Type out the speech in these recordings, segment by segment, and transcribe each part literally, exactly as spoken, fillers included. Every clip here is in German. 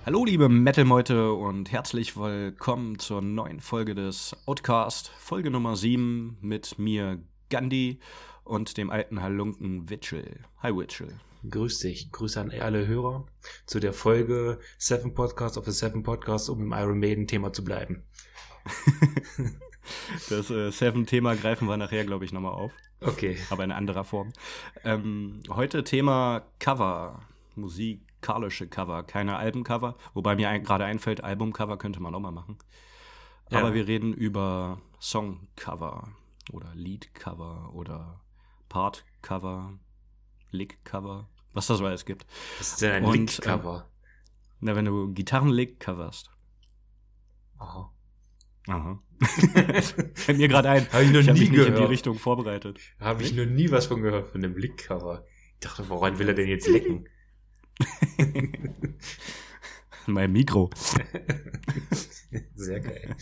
Hallo liebe Metal-Meute und herzlich willkommen zur neuen Folge des Outcast, Folge Nummer sieben mit mir Gandhi und dem alten Halunken Witchell. Hi Witchell. Grüß dich, Grüße an alle Hörer zu der Folge Seven Podcasts of the Seven Podcasts, um im Iron Maiden Thema zu bleiben. Das äh, Seven-Thema greifen wir nachher, glaube ich, nochmal auf. Okay. Aber in anderer Form. Ähm, heute Thema Cover, musikalische Cover, keine Albencover. Wobei mir ein, gerade einfällt, Albumcover könnte man auch mal machen. Aber Ja. wir reden über Songcover oder Liedcover oder Partcover, Lickcover, was das so alles gibt. Was ist denn ein Und, Lick-Cover? Ähm, na, wenn du Gitarrenlick coverst. Aha. Aha. Fällt mir gerade ein. Hab ich noch ich habe nie mich nicht gehört. in die Richtung vorbereitet. Habe ich noch nie was von gehört, von dem Lick-Cover. Ich dachte, woran will er denn jetzt lecken? Mein Mikro. Sehr geil.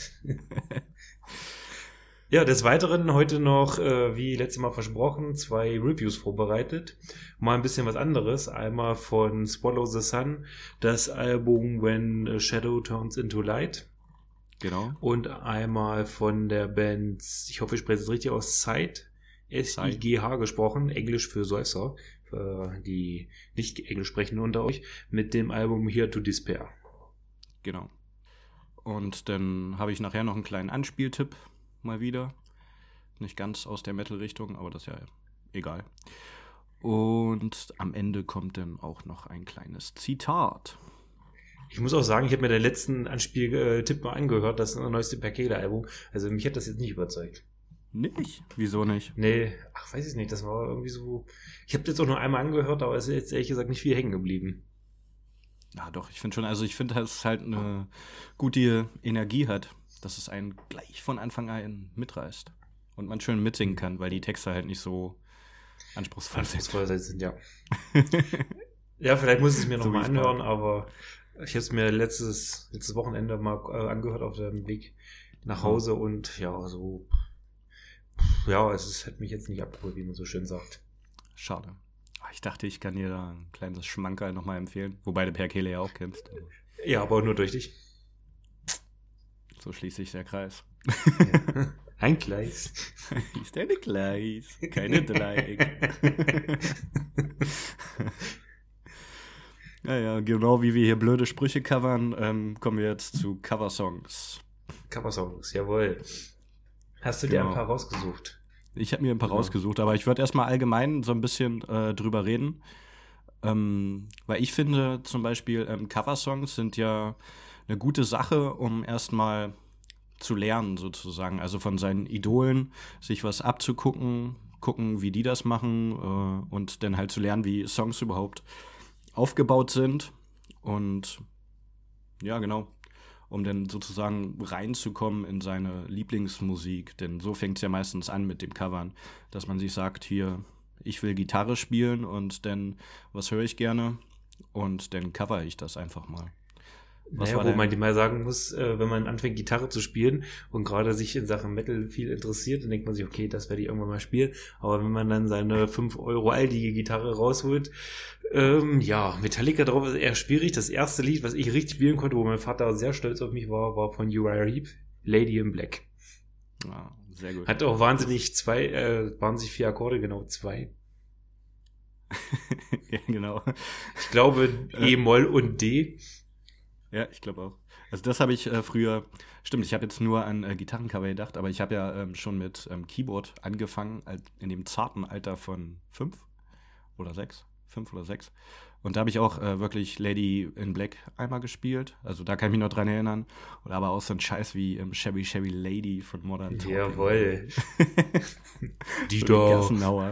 Ja, des Weiteren heute noch, äh, wie letztes Mal versprochen, zwei Reviews vorbereitet. Mal ein bisschen was anderes. Einmal von Swallow the Sun, das Album When a Shadow Turns into Light. Genau. Und einmal von der Band, ich hoffe, ich spreche es richtig aus, Sigh, S I G H gesprochen, Englisch für Seufzer, für die nicht Englisch sprechenden unter euch, mit dem Album Here to Despair. Genau. Und dann habe ich nachher noch einen kleinen Anspieltipp, mal wieder. Nicht ganz aus der Metal-Richtung, aber das ist ja egal. Und am Ende kommt dann auch noch ein kleines Zitat. Ich muss auch sagen, ich habe mir den letzten Anspieltipp mal angehört, das neueste Pakete-Album. Also mich hat das jetzt nicht überzeugt. Nicht? Wieso nicht? Nee, ach, weiß ich nicht, das war irgendwie so... Ich habe das jetzt auch nur einmal angehört, aber es ist jetzt ehrlich gesagt nicht viel hängen geblieben. Ja, doch, ich finde schon, also ich finde, dass es halt eine gute Energie hat, dass es einen gleich von Anfang an mitreißt. Und man schön mitsingen kann, weil die Texte halt nicht so anspruchsvoll sind. Anspruchsvoll sind, ja. Ja, vielleicht muss ich es mir So nochmal wie es anhören, war. aber ich habe es mir letztes, letztes Wochenende mal äh, angehört auf dem Weg nach Hause und ja, so, ja, es ist, hat mich jetzt nicht abgeholt, wie man so schön sagt. Schade. Ich dachte, ich kann dir da ein kleines Schmankerl nochmal empfehlen, wobei du Perkele ja auch kennst. Ja, aber nur durch dich. So schließt sich der Kreis. Ja. Ein Gleis. Ist eine Gleis, keine Dreieck. Ja, ja, genau wie wir hier blöde Sprüche covern, ähm, kommen wir jetzt zu Coversongs. Coversongs, jawohl. Hast du dir Genau. ein paar rausgesucht? Ich habe mir ein paar Genau. rausgesucht, aber ich würde erstmal allgemein so ein bisschen äh, drüber reden. Ähm, weil ich finde zum Beispiel, ähm, Coversongs sind ja eine gute Sache, um erstmal zu lernen sozusagen. Also von seinen Idolen sich was abzugucken, gucken, wie die das machen äh, und dann halt zu lernen, wie Songs überhaupt aufgebaut sind. Und ja, genau, um dann sozusagen reinzukommen in seine Lieblingsmusik. Denn so fängt es ja meistens an mit dem Covern, dass man sich sagt, hier, ich will Gitarre spielen und dann, was höre ich gerne? Und dann cover ich das einfach mal. Was Naja, war wo denn- man die mal sagen muss, äh, wenn man anfängt Gitarre zu spielen und gerade sich in Sachen Metal viel interessiert, dann denkt man sich, okay, das werde ich irgendwann mal spielen. Aber wenn man dann seine fünf Euro Aldi Gitarre rausholt, ähm, ja, Metallica drauf ist eher schwierig. Das erste Lied, was ich richtig spielen konnte, wo mein Vater sehr stolz auf mich war, war von Uriah Heep, Lady in Black. Ja, sehr gut. Hat auch wahnsinnig zwei, äh, wahnsinnig vier Akkorde, genau zwei. Ja, genau. Ich glaube E-Moll und D. Ja, ich glaube auch. Also das habe ich äh, früher, stimmt, ich habe jetzt nur an äh, Gitarrencover gedacht, aber ich habe ja ähm, schon mit ähm, Keyboard angefangen, halt in dem zarten Alter von fünf oder sechs, fünf oder sechs. Und da habe ich auch äh, wirklich Lady in Black einmal gespielt. Also da kann ich mich noch dran erinnern. Oder aber auch so ein Scheiß wie ähm, Chevy Chevy Lady von Modern Talking. Jawohl. Die So doch. Gerstenauer.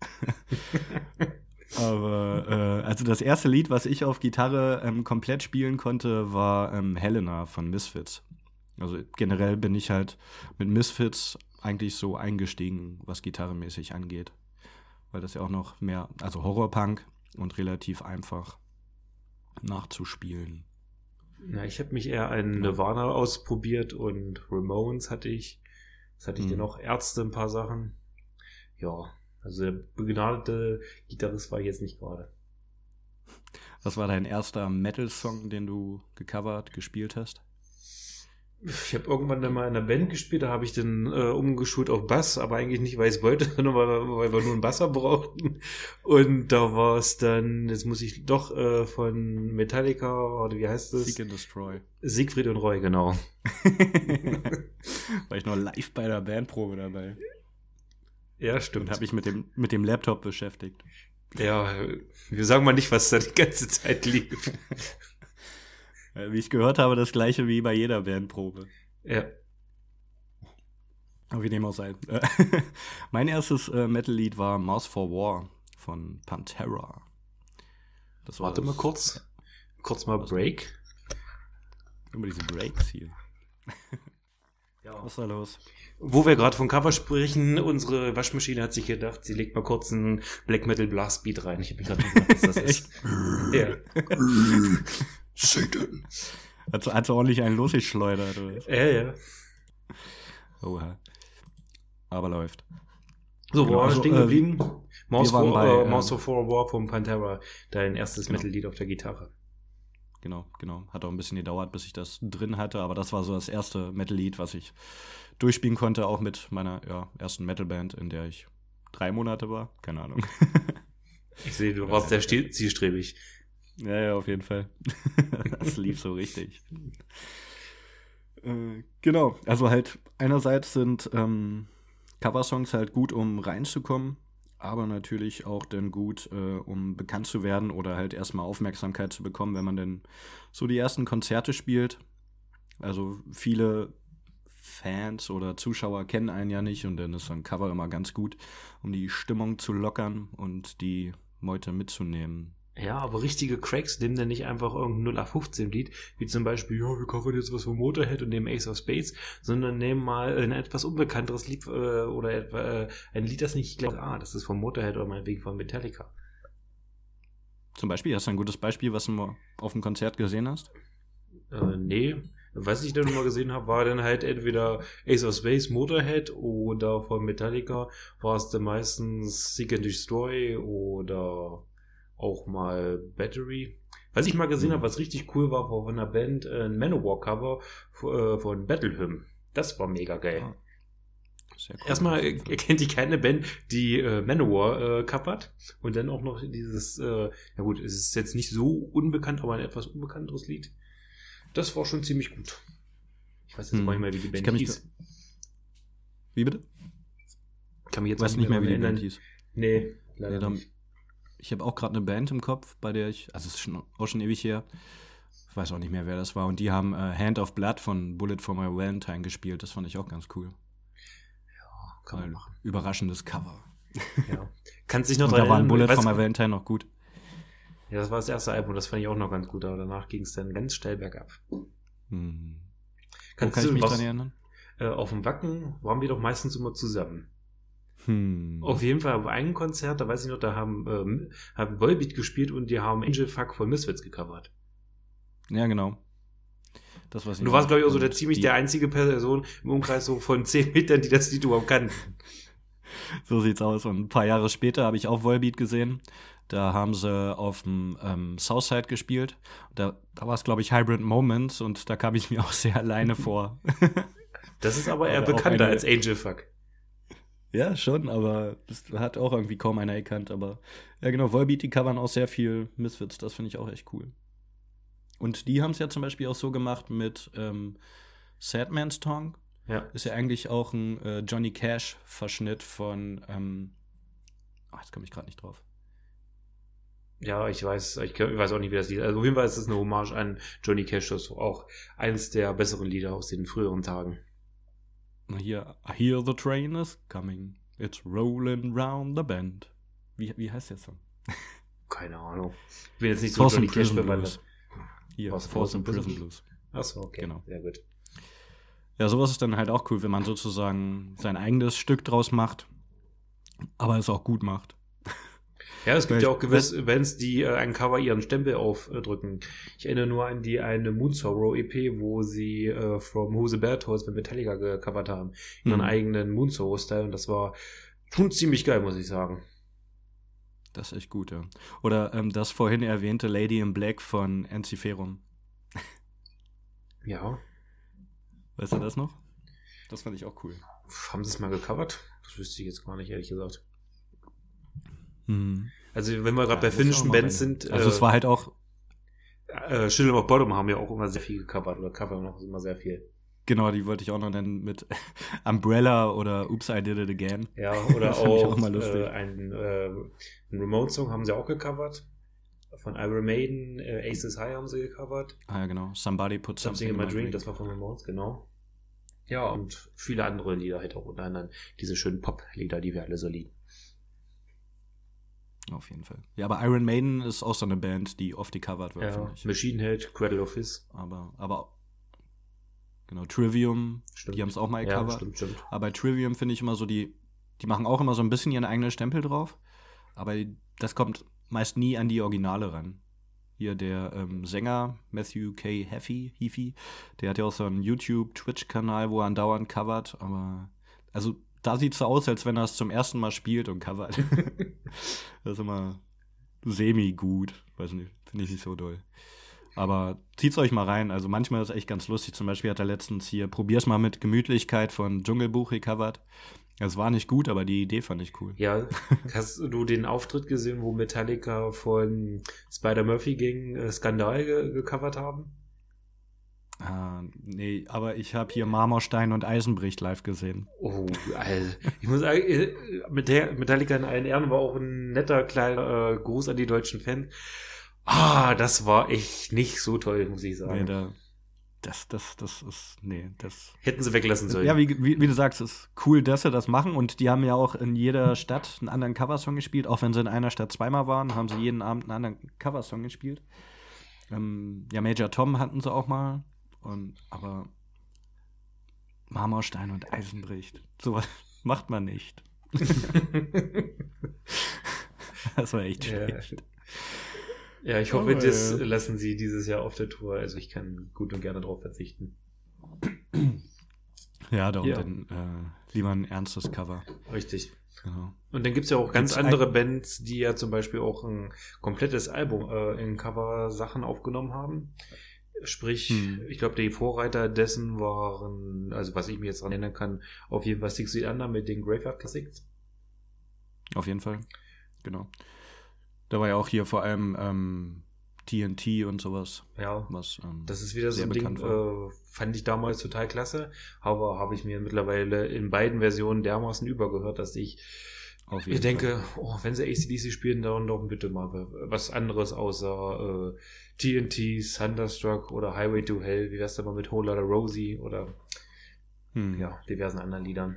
Aber, äh, also das erste Lied, was ich auf Gitarre ähm, komplett spielen konnte, war ähm, Helena von Misfits. Also generell bin ich halt mit Misfits eigentlich so eingestiegen, was gitarremäßig angeht. Weil das ja auch noch mehr, also Horrorpunk und relativ einfach nachzuspielen. Na, ich habe mich eher an Nirvana ausprobiert und Ramones hatte ich. Was hatte ich Mhm. denn noch? Ärzte, ein paar Sachen. Ja, also der begnadete Gitarrist war ich jetzt nicht gerade. Was war dein erster Metal-Song, den du gecovert, gespielt hast? Ich habe irgendwann dann mal in einer Band gespielt, da habe ich dann äh, umgeschult auf Bass, aber eigentlich nicht, weil ich es wollte, sondern weil, weil wir nur einen Basser brauchten. Und da war es dann, jetzt muss ich doch äh, von Metallica, oder wie heißt es? Seek and Destroy. Siegfried und Roy, genau. War ich noch live bei der Bandprobe dabei. Ja, stimmt. Und habe mich mit dem, mit dem Laptop beschäftigt. Ja, wir sagen mal nicht, was da die ganze Zeit lief. Wie ich gehört habe, das gleiche wie bei jeder Bandprobe. Ja. Aber wie dem auch sei. Mein erstes äh, Metal-Lied war Mouse for War von Pantera. Das Warte das, mal kurz. Kurz mal Break. Immer diese Breaks hier. Ja. Was ist da los? Wo wir gerade von Cover sprechen, unsere Waschmaschine hat sich gedacht, sie legt mal kurz einen Black Metal Blast Beat rein. Ich habe mir gerade nicht gedacht, was das ist. Ja. Satan. Hat, hat so ordentlich einen losgeschleudert, oder? Ja, ja. Oha. Aber läuft. So, wo genau, waren wir also, stehen geblieben? Äh, Mouse for, bei, uh, äh, Mouse for War von Pantera, dein erstes genau. Metal-Lied auf der Gitarre. Genau, genau. Hat auch ein bisschen gedauert, bis ich das drin hatte, aber das war so das erste Metal-Lied, was ich durchspielen konnte, auch mit meiner ja, ersten Metal-Band, in der ich drei Monate war. Keine Ahnung. Ich sehe, du warst sehr zielstrebig. Ja, ja, auf jeden Fall. Das lief so richtig. äh, genau, also halt einerseits sind ähm, Coversongs halt gut, um reinzukommen, aber natürlich auch dann gut, äh, um bekannt zu werden oder halt erstmal Aufmerksamkeit zu bekommen, wenn man dann so die ersten Konzerte spielt. Also viele Fans oder Zuschauer kennen einen ja nicht und dann ist so ein Cover immer ganz gut, um die Stimmung zu lockern und die Meute mitzunehmen. Ja, aber richtige Cracks nehmen dann nicht einfach irgendein null acht fünfzehn Lied, wie zum Beispiel, ja, wir covern jetzt was von Motorhead und nehmen Ace of Spades, sondern nehmen mal ein etwas unbekannteres Lied äh, oder etwa, äh, ein Lied, das nicht glaubt, ah, das ist von Motorhead oder meinetwegen von Metallica. Zum Beispiel, hast du ein gutes Beispiel, was du mal auf dem Konzert gesehen hast? Äh, nee. Was ich dann mal gesehen habe, war dann halt entweder Ace of Spades, Motorhead oder von Metallica war es dann meistens Seek and Destroy oder auch mal Battery. Was ich mal gesehen mhm. habe, was richtig cool war, war von einer Band äh, ein Manowar-Cover äh, von Battle Hymn. Das war mega geil. Ja. Cool. Erstmal erkennt die keine Band, die äh, Manowar äh, covert und dann auch noch dieses, äh, ja gut, es ist jetzt nicht so unbekannt, aber ein etwas unbekannteres Lied. Das war schon ziemlich gut. Ich weiß jetzt hm. gar nicht mehr, wie die Band hieß. Wie bitte? Kann mich jetzt weiß nicht mehr, wie die Band hieß. Nee, leider nee, nicht. Ich habe auch gerade eine Band im Kopf, bei der ich, also es ist schon, auch schon ewig her, ich weiß auch nicht mehr, wer das war. Und die haben äh, Hand of Blood von Bullet for My Valentine gespielt. Das fand ich auch ganz cool. Ja, kann man machen. Überraschendes Cover. Ja. Kannst dich noch dran erinnern? Da war Bullet for My Valentine noch gut. Ja, das war das erste Album, das fand ich auch noch ganz gut, aber danach ging es dann ganz steil bergab. Hm. Kannst Wo kann du ich mich was, dran erinnern? Äh, auf dem Wacken waren wir doch meistens immer zusammen. Hm. Auf jeden Fall auf einem Konzert, da weiß ich noch, da haben, ähm, haben Volbeat gespielt und die haben Angel Fuck von Misfits gecovert. Ja, genau. Das war's. Du warst, glaube ich, auch so der ziemlich die, der einzige Person im Umkreis so von zehn Metern, die das Lied überhaupt kannten. So sieht's aus. Und ein paar Jahre später habe ich auch Volbeat gesehen. Da haben sie auf dem ähm, Southside gespielt. Da, da war es, glaube ich, Hybrid Moments und da kam ich mir auch sehr alleine vor. Das ist aber eher aber bekannter eine, als Angel Fuck. Ja, schon, aber das hat auch irgendwie kaum einer erkannt. Aber ja, genau, Volbeat, die covern auch sehr viel Misfits. Das finde ich auch echt cool. Und die haben es ja zum Beispiel auch so gemacht mit ähm, Sad Man's Tongue. Ja. Ist ja eigentlich auch ein äh, Johnny Cash-Verschnitt von ähm, oh, jetzt komme ich gerade nicht drauf. Ja, ich weiß, ich, ich weiß auch nicht, wie das Lied ist. Also auf jeden Fall ist es eine Hommage an Johnny Cash, das ist auch eines der besseren Lieder aus den früheren Tagen. Hier, I hear the train is coming, it's rolling round the bend. Wie, wie heißt der Song? Keine Ahnung. Ich bin jetzt nicht so Johnny Cash bewandert. Hier, Force and Prison Blues. Achso, okay. Genau. Sehr gut. Ja, sowas ist dann halt auch cool, wenn man sozusagen sein eigenes Stück draus macht, aber es auch gut macht. Ja, es gibt ja auch gewisse Bands, die äh, ein Cover ihren Stempel aufdrücken. Ich erinnere nur an die eine Moonsorrow E P, wo sie äh, From Who the Bear Toys mit Metallica gecovert haben. Ihren mhm. eigenen Moonsorrow-Style und das war schon ziemlich geil, muss ich sagen. Das ist echt gut, ja. Oder ähm, das vorhin erwähnte Lady in Black von Enziferum. Ja. Weißt du das noch? Das fand ich auch cool. Haben sie es mal gecovert? Das wüsste ich jetzt gar nicht, ehrlich gesagt. Mhm. Also, wenn wir gerade Ja, bei finnischen Bands rein. sind. Also, äh, es war halt auch. Äh, Children of Bottom haben ja auch immer sehr viel gecovert oder covern noch immer sehr viel. Genau, die wollte ich auch noch nennen mit Umbrella oder Oops, I Did It Again. Ja, oder Das fand ich auch, auch mal lustig. äh, ein, äh, ein Remote-Song haben sie auch gecovert. Von Iron Maiden, äh, Aces High haben sie gecovert. Ah ja, genau. Somebody Put Something, Something in My Drink, Drink. das war von Remotes, genau. Ja, und viele andere Lieder halt auch unter anderem. Diese schönen Pop-Lieder, die wir alle so lieben. Auf jeden Fall. Ja, aber Iron Maiden ist auch so eine Band, die oft gecovert wird, Ja, finde ich. Machine Head, Cradle of Filth. Aber, aber genau, Trivium, Stimmt. die haben es auch mal Ja, gecovert. stimmt, stimmt. Aber bei Trivium finde ich immer so, die, die machen auch immer so ein bisschen ihren eigenen Stempel drauf. Aber das kommt meist nie an die Originale ran. Hier der ähm, Sänger Matthew K. Heffy, Heafy, der hat ja auch so einen YouTube-Twitch-Kanal, wo er andauernd covert. Aber also da sieht es so aus, als wenn er es zum ersten Mal spielt und covert. Das ist immer semi-gut. Weiß nicht, finde ich nicht so doll. Aber zieht's euch mal rein. Also manchmal ist es echt ganz lustig. Zum Beispiel hat er letztens hier Probier's mal mit Gemütlichkeit von Dschungelbuch gecovert. Das war nicht gut, aber die Idee fand ich cool. Ja, hast du den Auftritt gesehen, wo Metallica von Spider-Murphy gegen äh, Skandal ge- gecovert haben? Ah, nee, aber ich habe hier Marmorstein und Eisenbricht live gesehen. Oh, Alter. Ich muss sagen, äh, mit der Metallica in allen Ehren war auch ein netter kleiner äh, Gruß an die deutschen Fans. Ah, das war echt nicht so toll, muss ich sagen. Nee, da, das, das, das ist, nee, das. Hätten sie weglassen sollen. Ja, wie, wie, wie du sagst, es ist cool, dass sie das machen. Und die haben ja auch in jeder Stadt einen anderen Coversong gespielt. Auch wenn sie in einer Stadt zweimal waren, haben sie jeden Abend einen anderen Coversong gespielt. Ähm, ja, Major Tom hatten sie auch mal. Und, aber Marmorstein und Eisenbricht, sowas macht man nicht. Das war echt schlecht. Ja, ich hoffe, Oh, das ja. lassen sie dieses Jahr auf der Tour. Also ich kann gut und gerne drauf verzichten. Ja, da Ja. und dann äh, lieber ein ernstes Cover. Richtig. Genau. Und dann gibt's ja auch ganz Gibt's andere ein- Bands, die ja zum Beispiel auch ein komplettes Album äh, in Cover-Sachen aufgenommen haben. Sprich, Hm. ich glaube, die Vorreiter dessen waren, also was ich mir jetzt daran erinnern kann, auf jeden Fall Six Feet Under mit den Graveyard Classics. Auf jeden Fall. Genau. Da war ja auch hier vor allem ähm, T N T und sowas. Ja, Was, ähm, das ist wieder so sehr ein Ding, bekannt war. äh, fand ich damals total klasse, aber habe ich mir mittlerweile in beiden Versionen dermaßen übergehört, dass ich auf Ich jeden denke, Fall. oh, wenn sie A C D C spielen, dann doch bitte mal was anderes außer äh, T N T, Thunderstruck oder Highway to Hell. Wie wär's denn mal mit Whole Lotta Rosie oder Hm. ja, diversen anderen Liedern.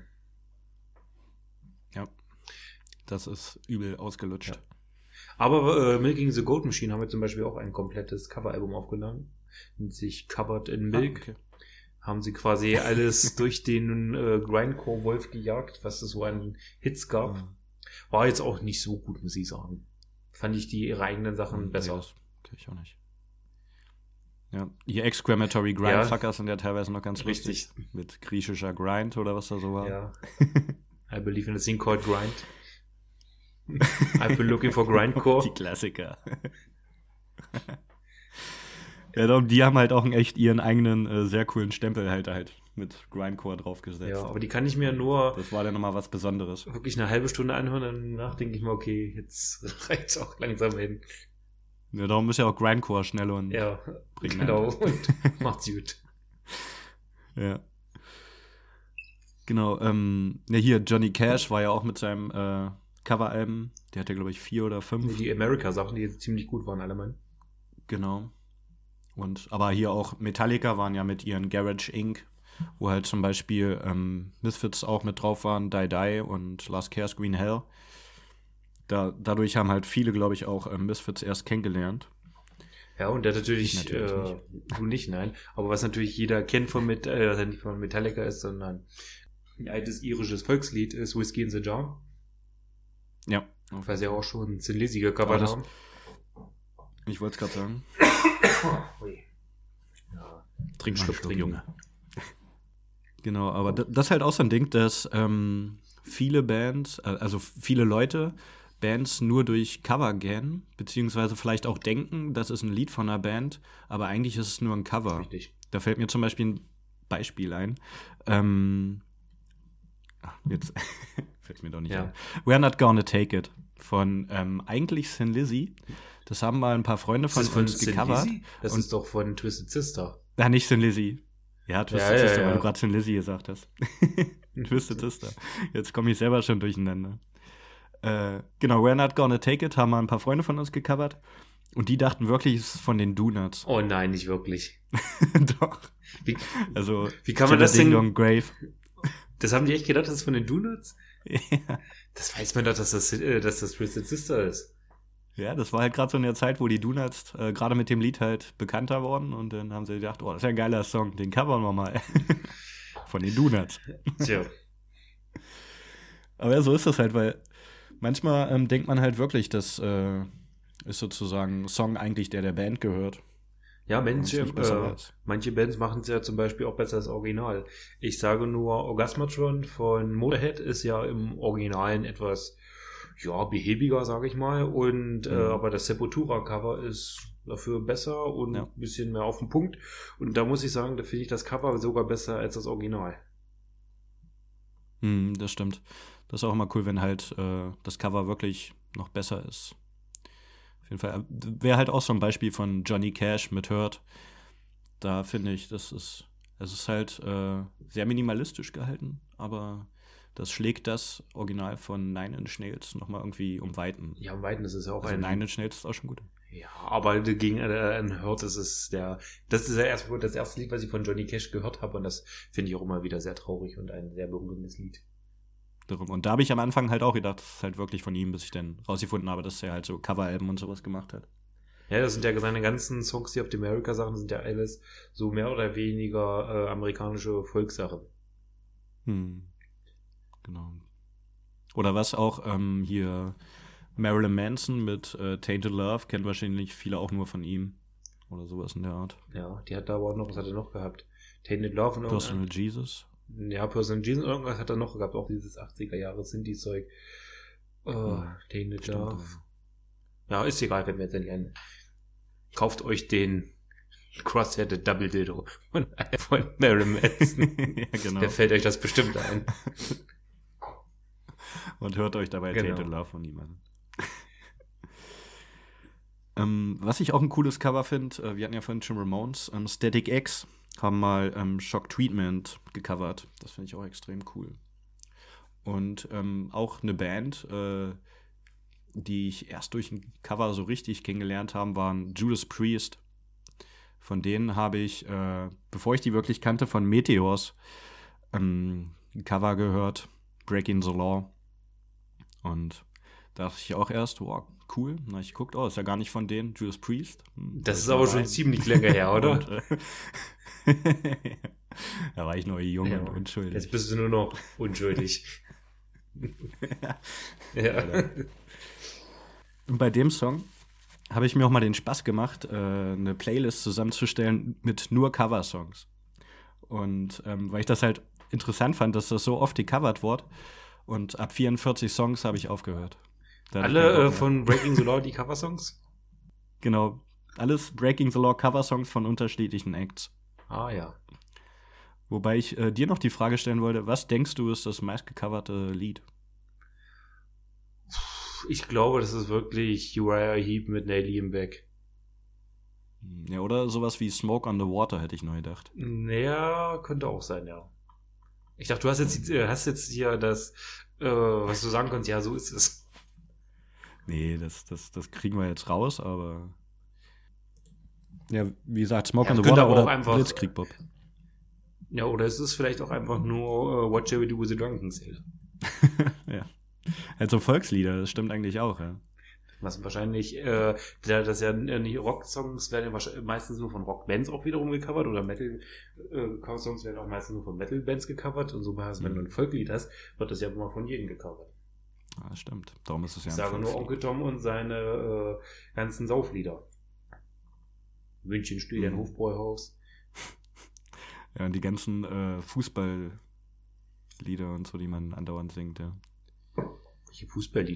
Ja. Das ist übel ausgelutscht. Ja. Aber äh, Milking the Goat Machine haben wir zum Beispiel auch ein komplettes Coveralbum aufgenommen. Nennt sich Covered in Milk. Ah, okay. Haben sie quasi alles durch den äh, Grindcore-Wolf gejagt, was es so an Hits gab. Ja. War jetzt auch nicht so gut, muss ich sagen. Fand ich die ihre eigenen Sachen Nee, besser. das kenn ich auch nicht. Ja, die Exclamatory Grindfuckers sind ja teilweise noch ganz Richtig. lustig. Mit griechischer Grind oder was da so war. Ja. I believe in a thing called grind. I've been looking for grindcore. Die Klassiker. Ja, darum, die haben halt auch einen echt ihren eigenen, äh, sehr coolen Stempel halt halt mit Grindcore draufgesetzt. Ja, aber die kann ich mir nur Das war dann nochmal was Besonderes. wirklich eine halbe Stunde anhören, danach denke ich mir, okay, jetzt reicht's auch langsam hin. Ja, darum ist ja auch Grindcore schnell und Ja, prägnant. genau, und macht's gut. Ja. Genau, ähm, ja, hier, Johnny Cash war ja auch mit seinem äh, Coveralben. Der hatte, glaube ich, vier oder fünf. Die America-Sachen, die jetzt ziemlich gut waren, alle mal. Genau. Und, aber hier auch Metallica waren ja mit ihren Garage Incorporated, wo halt zum Beispiel ähm, Misfits auch mit drauf waren, Die Die und Last Chaos Green Hell. Da, dadurch haben halt viele, glaube ich, auch ähm, Misfits erst kennengelernt. Ja, und der natürlich, Ich natürlich äh, du nicht, nein. Aber was natürlich jeder kennt von, Met äh, was nicht von Metallica ist, sondern ein altes irisches Volkslied ist Whiskey in the Jar. Ja. Weil sie ja auch schon Thin Lizzy gecovert das- haben. Ich wollte es gerade sagen. Ui. Ja. Trink mal einen Schluck Schluck, trinken. Junge. Genau, aber d- das ist halt auch so ein Ding, dass ähm, viele Bands, äh, also viele Leute Bands nur durch Cover gähnen, beziehungsweise vielleicht auch denken, das ist ein Lied von einer Band, aber eigentlich ist es nur ein Cover. Richtig. Da fällt mir zum Beispiel ein Beispiel ein. Ähm, ach, jetzt fällt mir doch nicht Ja. ein. We're Not Gonna Take It von ähm, eigentlich Thin Lizzy. Das haben mal ein paar Freunde von Ist das von uns Thin gecovert. Lizzy? Das Und- ist doch von Twisted Sister. Ja, nicht Thin Lizzy. Ja, Twisted Ja, ja, Sister, ja. weil du gerade Thin Lizzy gesagt hast. Twisted Sister. Jetzt komme ich selber schon durcheinander. Äh, genau, We're Not Gonna Take It haben mal ein paar Freunde von uns gecovert. Und die dachten wirklich, es ist von den Donuts. Oh nein, nicht wirklich. Doch. Wie, Also, wie kann man das Ding denn? Dong Grave. Das haben die echt gedacht, das ist von den Donuts? Ja. Das weiß man doch, dass das, äh, dass das Twisted Sister ist. Ja, das war halt gerade so in der Zeit, wo die Donuts äh, gerade mit dem Lied halt bekannter wurden. Und dann haben sie gedacht, oh, das ist ja ein geiler Song, den covern wir mal. Von den Donuts. Tja. Aber ja, so ist das halt, weil manchmal ähm, denkt man halt wirklich, das äh, ist sozusagen ein Song eigentlich, der der Band gehört. Ja, Und manche, es nicht besser äh, weiß. manche Bands machen es ja zum Beispiel auch besser als Original. Ich sage nur, Orgasmatron von Motorhead ist ja im Originalen etwas, ja, behäbiger, sage ich mal. Und äh, Mhm. aber das Sepultura-Cover ist dafür besser und Ja. ein bisschen mehr auf den Punkt. Und da muss ich sagen, da finde ich das Cover sogar besser als das Original. Hm, das stimmt. Das ist auch immer cool, wenn halt äh, das Cover wirklich noch besser ist. Auf jeden Fall. Wäre halt auch so ein Beispiel von Johnny Cash mit Hurt. Da finde ich, das ist, es ist halt äh, sehr minimalistisch gehalten, aber das schlägt das Original von Nine Inch Nails nochmal irgendwie um Weiten. Ja, am Weiten ist es ja auch Also ein... Nine Inch Nails ist auch schon gut. Ja, aber gegen äh, ein Hurt ist es der... Das ist ja erst das erste Lied, was ich von Johnny Cash gehört habe und das finde ich auch immer wieder sehr traurig und ein sehr berührendes Lied. Darum. Und da habe ich am Anfang halt auch gedacht, das ist halt wirklich von ihm, bis ich dann rausgefunden habe, dass er halt so Coveralben und sowas gemacht hat. Ja, das sind ja seine ganzen Songs, die auf die America-Sachen sind ja alles so mehr oder weniger äh, amerikanische Volkssachen. Hm. Genau. Oder was auch ähm, hier Marilyn Manson mit äh, Tainted Love, kennen wahrscheinlich viele auch nur von ihm. Oder sowas in der Art. Ja, die hat da aber auch noch, was hat er noch gehabt? Tainted Love und Personal irgendein, Jesus. ja, Personal Jesus und irgendwas hat er noch gehabt, auch dieses achtziger Jahre Synthie-Zeug. Oh, Hm, Tainted stimmt, Love. Ja, ist egal, fällt mir jetzt nicht ein. Kauft euch den Cross-Headed Double Dildo von, von Marilyn Manson. Ja, genau. Der fällt euch das bestimmt ein. Und hört euch dabei Genau. Tainted Love von ihm an. ähm, was ich auch ein cooles Cover finde, äh, wir hatten ja vorhin schon Ramones, ähm, Static X haben mal ähm, Shock Treatment gecovert. Das finde ich auch extrem cool. Und ähm, auch eine Band, äh, die ich erst durch ein Cover so richtig kennengelernt habe, waren Judas Priest. Von denen habe ich, äh, bevor ich die wirklich kannte, von Meteors ähm, ein Cover gehört, Breaking the Law. Und da dachte ich auch erst, wow, cool. Na, ich geguckt, oh, ist ja gar nicht von denen, Judas Priest. Hm, Das hör ist ich mal aber schon rein. ziemlich lange her, oder? Und, äh, da war ich noch jung Ja, und unschuldig. Jetzt bist du nur noch unschuldig. Ja. Und bei dem Song habe ich mir auch mal den Spaß gemacht, äh, eine Playlist zusammenzustellen mit nur Coversongs. Und ähm, weil ich das halt interessant fand, dass das so oft gecovert wurde. Und ab vierundvierzig Songs habe ich aufgehört. Da hatte ich keinen Alle Bock äh, mehr. von Breaking the Law, die Coversongs? Genau. Alles Breaking the Law Coversongs von unterschiedlichen Acts. Ah ja. Wobei ich äh, dir noch die Frage stellen wollte, was denkst du ist das meistgecoverte Lied? Ich glaube, das ist wirklich Uriah Heep mit Nelly im Back. Ja, oder sowas wie Smoke on the Water, hätte ich neu gedacht. Naja, könnte auch sein, ja. Ich dachte, du hast jetzt, äh, hast jetzt hier das, äh, was du sagen kannst, ja, so ist es. Nee, das, das, das kriegen wir jetzt raus, aber. Ja, wie gesagt, Smoke Ja, on the könnte Water aber auch oder einfach- Blitzkrieg Bob. Ja, oder es ist vielleicht auch einfach nur äh, What Shall We Do With the Drunken Sailor. Ja. Also Volkslieder, das stimmt eigentlich auch, ja. Was wahrscheinlich, äh, da das ja nicht Rock-Songs werden ja wahrscheinlich meistens nur von Rock-Bands auch wiederum gecovert oder Metal-Songs werden auch meistens nur von Metal-Bands gecovert und so hast, wenn du ein Volkslied hast, wird das ja immer von jedem gecovert. Ah, stimmt. Darum ist es ja Ich ein sage nur Volkslied. Onkel Tom und seine äh, ganzen Sauflieder. München steht ein Mhm. Hofbräuhaus. Ja, und die ganzen äh, Fußballlieder und so, die man andauernd singt, ja. Welche Fußballlieder?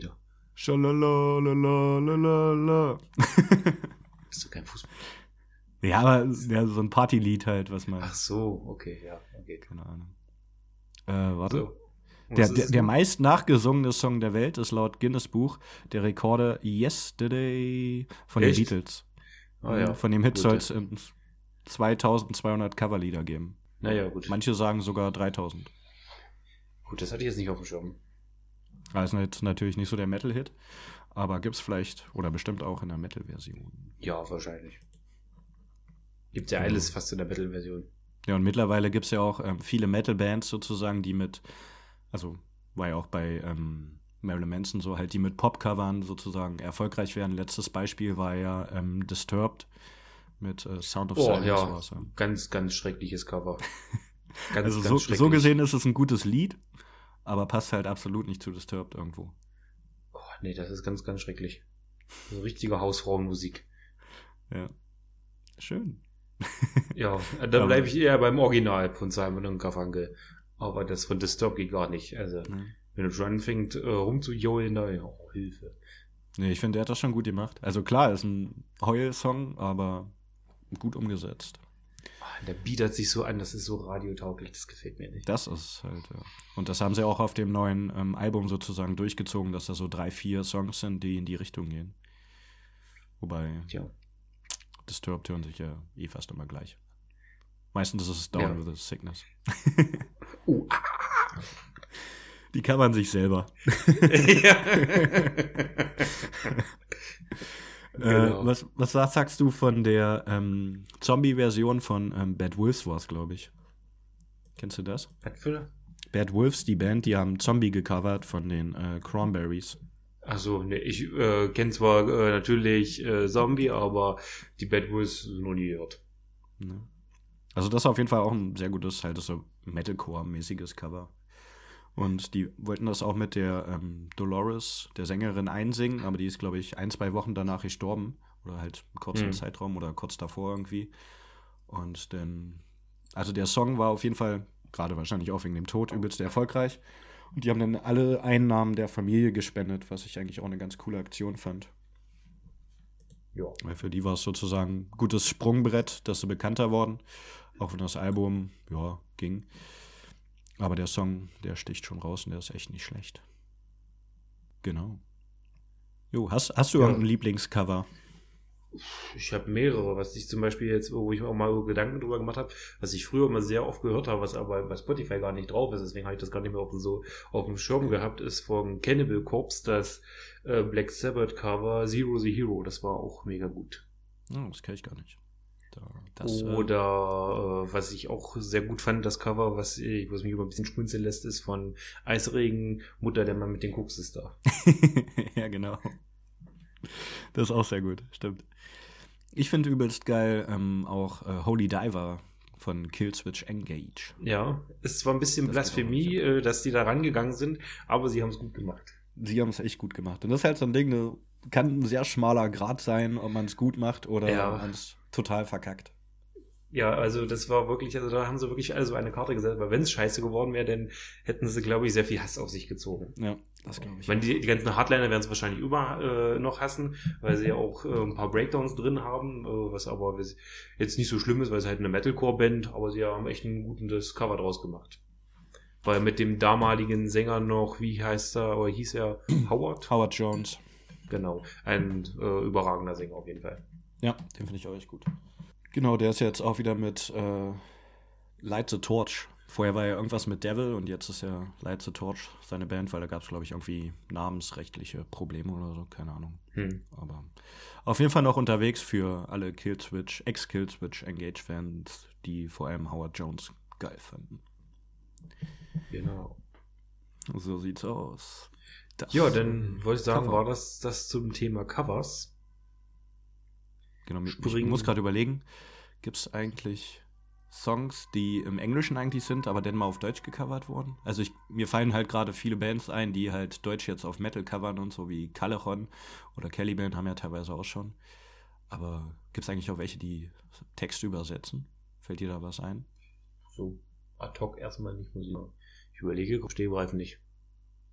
Schalalalalala. Bist du kein Fußball? Ja, aber ja, so ein Partylied halt, was man. Ach so, okay, ja, okay. Keine Ahnung. Äh, warte. So. Der, der, der meist nachgesungene Song der Welt ist laut Guinness Buch der Rekorde Yesterday von Echt? den Beatles. Ah, ja. Von dem Hit Gut. soll es zweitausendzweihundert Coverlieder geben. Naja, gut. Manche sagen sogar dreitausend. Gut, das hatte ich jetzt nicht auf dem Schirm. Das ist jetzt natürlich nicht so der Metal-Hit, aber gibt's vielleicht oder bestimmt auch in der Metal-Version. Ja, wahrscheinlich. Gibt ja Ja. alles fast in der Metal-Version. Ja, und mittlerweile gibt's ja auch ähm, viele Metal-Bands sozusagen, die mit, also war ja auch bei ähm, Marilyn Manson so, halt die mit Pop-Covern sozusagen erfolgreich werden. Letztes Beispiel war ja ähm, Disturbed mit äh, Sound of Oh, Silence. ja. war's, ja. Ganz, ganz schreckliches Cover. Ganz, Also ganz so, schrecklich. so gesehen ist es ein gutes Lied, aber passt halt absolut nicht zu Disturbed irgendwo. Oh, nee, das ist ganz, ganz schrecklich. So richtige Hausfrauenmusik. Ja. Schön. Ja, da Aber- bleibe ich eher beim Original von Simon und Garfunkel. Aber das von Disturbed geht gar nicht. Also, Ja. wenn du schon anfängt, äh, rumzujohlen, da, oh, Hilfe. Nee, ich finde, der hat das schon gut gemacht. Also klar, ist ein Heul-Song, aber gut umgesetzt. Ah, der bietet sich so an, das ist so radiotauglich, das gefällt mir nicht. Das ist halt, ja. Und das haben sie auch auf dem neuen ähm, Album sozusagen durchgezogen, dass da so drei, vier Songs sind, die in die Richtung gehen. Wobei Tja. Disturbed hören sich ja eh fast immer gleich. Meistens ist es Down Ja. with the Sickness. Oh, Die covern sich selber. ja. Äh, Genau. was, was sag- sagst du von der ähm, Zombie-Version von ähm, Bad Wolves war es, glaube ich. Kennst du das? Was für? Bad Wolves, die Band, die haben Zombie gecovert von den äh, Cranberries. Achso, ne, ich äh, kenne zwar äh, natürlich äh, Zombie, aber die Bad Wolves noch nie gehört. Ne? Also das ist auf jeden Fall auch ein sehr gutes, halt so Metalcore-mäßiges Cover. Und die wollten das auch mit der ähm, Dolores, der Sängerin, einsingen, aber die ist, glaube ich, ein, zwei Wochen danach gestorben. Oder halt im kurzen Hm. Zeitraum oder kurz davor irgendwie. Und dann, also der Song war auf jeden Fall, gerade wahrscheinlich auch wegen dem Tod, übelst erfolgreich. Und die haben dann alle Einnahmen der Familie gespendet, was ich eigentlich auch eine ganz coole Aktion fand. Ja. Weil für die war es sozusagen ein gutes Sprungbrett, dass sie bekannter wurden. Auch wenn das Album, ja, ging. Aber der Song, der sticht schon raus und der ist echt nicht schlecht. Genau. Jo, hast, hast du Ja. irgendein Lieblingscover? Ich habe mehrere, was ich zum Beispiel jetzt, wo ich auch mal Gedanken drüber gemacht habe, was ich früher immer sehr oft gehört habe, was aber bei Spotify gar nicht drauf ist, deswegen habe ich das gar nicht mehr auf, dem- so auf dem Schirm gehabt, ist vom Cannibal Corpse das äh, Black Sabbath Cover Zero the Hero. Das war auch mega gut. Oh, das kenne ich gar nicht. Da, das, äh, Oder äh, was ich auch sehr gut fand, das Cover, was, ich, was mich immer ein bisschen schmunzeln lässt, ist von Eisregen, Mutter der Mann mit den Koks ist da. ja, genau. Das ist auch sehr gut, stimmt. Ich finde übelst geil ähm, auch äh, Holy Diver von Killswitch Engage. Ja, ist zwar ein bisschen Das Blasphemie, geht auch äh, dass die da rangegangen sind, aber sie haben es gut gemacht. Sie haben es echt gut gemacht. Und das ist halt so ein Ding, ne, kann ein sehr schmaler Grad sein, ob man es gut macht oder Ja. man es total verkackt. Ja, also das war wirklich, also da haben sie wirklich alle so eine Karte gesetzt, weil wenn es scheiße geworden wäre, dann hätten sie, glaube ich, sehr viel Hass auf sich gezogen. Ja, das glaube ich. Ich meine, die, die ganzen Hardliner werden es wahrscheinlich über äh, noch hassen, weil sie ja auch äh, ein paar Breakdowns drin haben, äh, was aber jetzt nicht so schlimm ist, weil es halt eine Metalcore-Band, aber sie haben echt ein gutes Cover draus gemacht. Weil mit dem damaligen Sänger noch, wie heißt er, oder hieß er, Howard? Howard Jones. Genau, ein äh, überragender Sänger auf jeden Fall. Ja, den finde ich auch echt gut. Genau, der ist jetzt auch wieder mit äh, Light the Torch. Vorher war ja irgendwas mit Devil und jetzt ist ja Light the Torch seine Band, weil da gab es, glaube ich, irgendwie namensrechtliche Probleme oder so, keine Ahnung. Hm. Aber auf jeden Fall noch unterwegs für alle Killswitch, Ex-Killswitch Engage-Fans, die vor allem Howard Jones geil fanden. Genau. So sieht's aus. Das, Ja, dann wollte ich sagen, Cover. war das das zum Thema Covers. Genau, ich, ich Springen. muss gerade überlegen, gibt es eigentlich Songs, die im Englischen eigentlich sind, aber dann mal auf Deutsch gecovert wurden? Also ich, mir fallen halt gerade viele Bands ein, die halt Deutsch jetzt auf Metal covern und so, wie Callejon oder Caliban haben ja teilweise auch schon. Aber gibt es eigentlich auch welche, die Texte übersetzen? Fällt dir da was ein? So ad hoc erstmal nicht, muss ich sagen. Ich überlege, auf Stehgreifen nicht.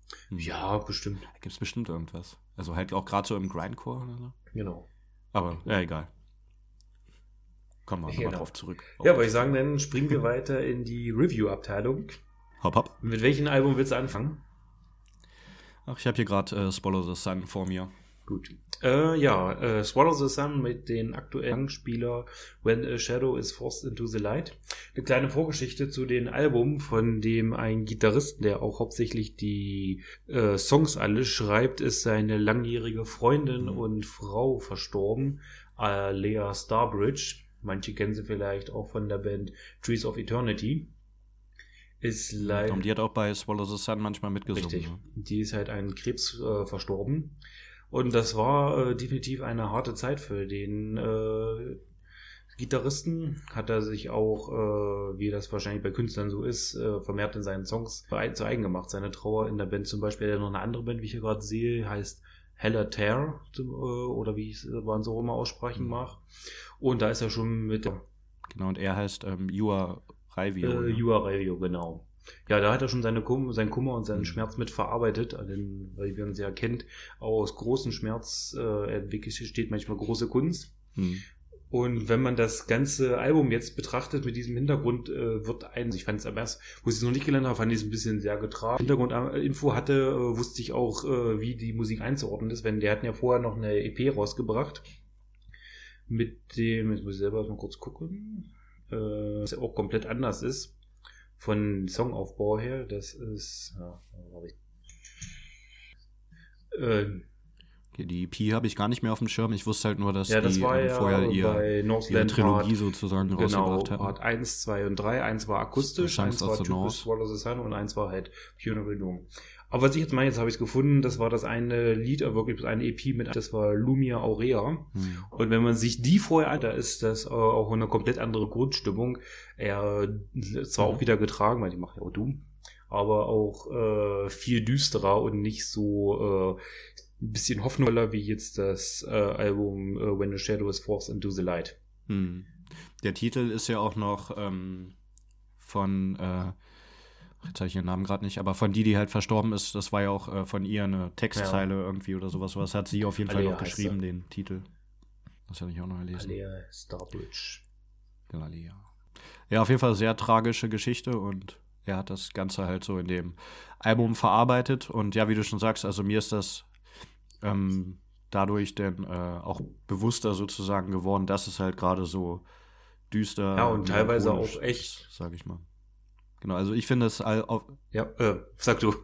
Hm. Ja, bestimmt. Da gibt es bestimmt irgendwas. Also halt auch gerade so im Grindcore oder so. Genau. Aber, ja, egal. Kommen wir Genau. nochmal drauf zurück. Ja, aber ich sagen, dann springen wir weiter in die Review-Abteilung. Hopp, hopp. Mit welchem Album willst du anfangen? Ach, ich habe hier gerade äh, Swallow the Sun vor mir. Gut. Äh, ja, äh, Swallow the Sun mit den aktuellen Spieler When a Shadow is Forced into the Light. Eine kleine Vorgeschichte zu dem Album, von dem ein Gitarrist, der auch hauptsächlich die äh, Songs alle schreibt, ist seine langjährige Freundin mhm. und Frau verstorben, äh, Leah Starbridge. Manche kennen sie vielleicht auch von der Band Trees of Eternity. Ist leider. Und die hat auch bei Swallow the Sun manchmal mitgesungen. Richtig. Ne? Die ist halt an Krebs äh, verstorben. Und das war äh, definitiv eine harte Zeit für den äh, Gitarristen. Hat er sich auch, äh, wie das wahrscheinlich bei Künstlern so ist, äh, vermehrt in seinen Songs zu eigen gemacht. Seine Trauer in der Band zum Beispiel, der noch eine andere Band, wie ich hier gerade sehe, heißt Heller Tear, äh, oder wie ich es man so immer aussprechen mhm. mag. Und da ist er schon mit. Genau, und er heißt ähm, Juha Raivio. Äh, Juha Raivio, genau. Ja, da hat er schon seine Kum- seinen Kummer und seinen mhm. Schmerz mit verarbeitet, denn, weil wir uns ja kennt, aus großem Schmerz äh, entwickelt steht manchmal große Kunst. Mhm. Und wenn man das ganze Album jetzt betrachtet mit diesem Hintergrund, äh, wird ein, ich fand es am ersten, wo ich es noch nicht gelernt habe, fand ich es ein bisschen sehr getragen. Hintergrundinfo hatte, äh, wusste ich auch, äh, wie die Musik einzuordnen ist, wenn der hatten ja vorher noch eine E P rausgebracht. Mit dem, jetzt muss ich selber mal kurz gucken, äh, was ja auch komplett anders ist. Von Songaufbau her, das ist. Ja, äh, okay, die E P habe ich gar nicht mehr auf dem Schirm. Ich wusste halt nur, dass ja, das die war ähm, ja vorher ihr, ihre Trilogie Part, sozusagen genau, rausgebracht hatten. Part eins, zwei und drei. Eins war akustisch, eins war typisch Swallow the Sun und eins war halt Funeral Doom. Aber was ich jetzt meine, jetzt habe ich es gefunden, das war das eine Lied, wirklich das eine E P mit, das war Lumia Aurea. Hm. Und wenn man sich die vorher an, da ist das auch eine komplett andere Grundstimmung. Er zwar mhm. auch wieder getragen, weil die macht ja auch Doom, aber auch äh, viel düsterer und nicht so äh, ein bisschen hoffnungsvoller wie jetzt das äh, Album äh, When a Shadow is Forced into the Light. Hm. Der Titel ist ja auch noch ähm, von äh, jetzt habe ich ihren Namen gerade nicht, aber von die, die halt verstorben ist, das war ja auch äh, von ihr eine Textzeile ja. irgendwie oder sowas. Was hat sie auf jeden Fall Alea noch geschrieben, den Titel. Das habe ich auch noch gelesen. Alea Starbridge. Genau, Alea. Ja, auf jeden Fall sehr tragische Geschichte und er hat das Ganze halt so in dem Album verarbeitet. Und ja, wie du schon sagst, also mir ist das ähm, dadurch dann äh, auch bewusster sozusagen geworden, dass es halt gerade so düster ja, und teilweise auch echt, sag ich mal. Genau, also ich finde es all auf. Ja, äh, sag du.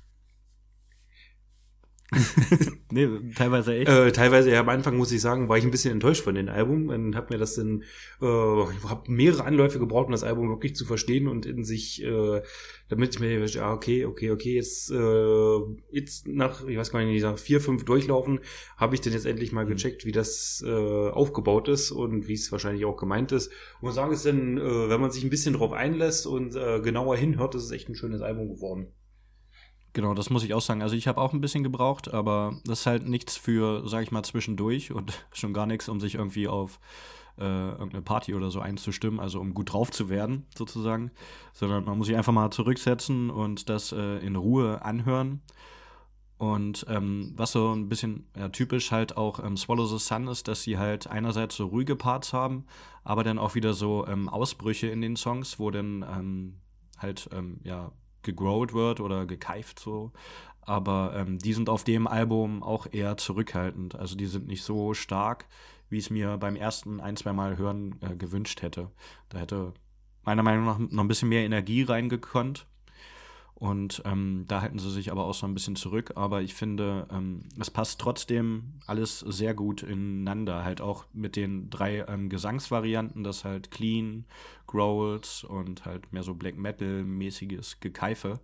Nee, teilweise echt. Äh, teilweise, ja, am Anfang muss ich sagen, war ich ein bisschen enttäuscht von dem Album und hab mir das dann, äh, ich habe mehrere Anläufe gebraucht, um das Album wirklich zu verstehen und in sich, äh, damit ich mir, ja, okay, okay, okay, jetzt, äh, jetzt nach, ich weiß gar nicht, nach vier, fünf Durchlaufen, habe ich dann jetzt endlich mal gecheckt, wie das äh, aufgebaut ist und wie es wahrscheinlich auch gemeint ist. Und muss sagen, ist dann, äh, wenn man sich ein bisschen drauf einlässt und äh, genauer hinhört, ist es echt ein schönes Album geworden. Genau, das muss ich auch sagen. Also ich habe auch ein bisschen gebraucht, aber das ist halt nichts für, sag ich mal, zwischendurch und schon gar nichts, um sich irgendwie auf äh, irgendeine Party oder so einzustimmen, also um gut drauf zu werden, sozusagen. Sondern man muss sich einfach mal zurücksetzen und das äh, in Ruhe anhören. Und ähm, was so ein bisschen ja, typisch halt auch ähm, Swallow the Sun ist, dass sie halt einerseits so ruhige Parts haben, aber dann auch wieder so ähm, Ausbrüche in den Songs, wo dann ähm, halt, ähm, ja, gegrowt wird oder gekeift so, aber ähm, die sind auf dem Album auch eher zurückhaltend, also die sind nicht so stark, wie ich es mir beim ersten ein, zwei Mal hören äh, gewünscht hätte. Da hätte meiner Meinung nach noch ein bisschen mehr Energie reingekonnt und ähm, da halten sie sich aber auch so ein bisschen zurück, aber ich finde, ähm, es passt trotzdem alles sehr gut ineinander, halt auch mit den drei ähm, Gesangsvarianten, das halt Clean, Growls und halt mehr so Black Metal-mäßiges Gekeife.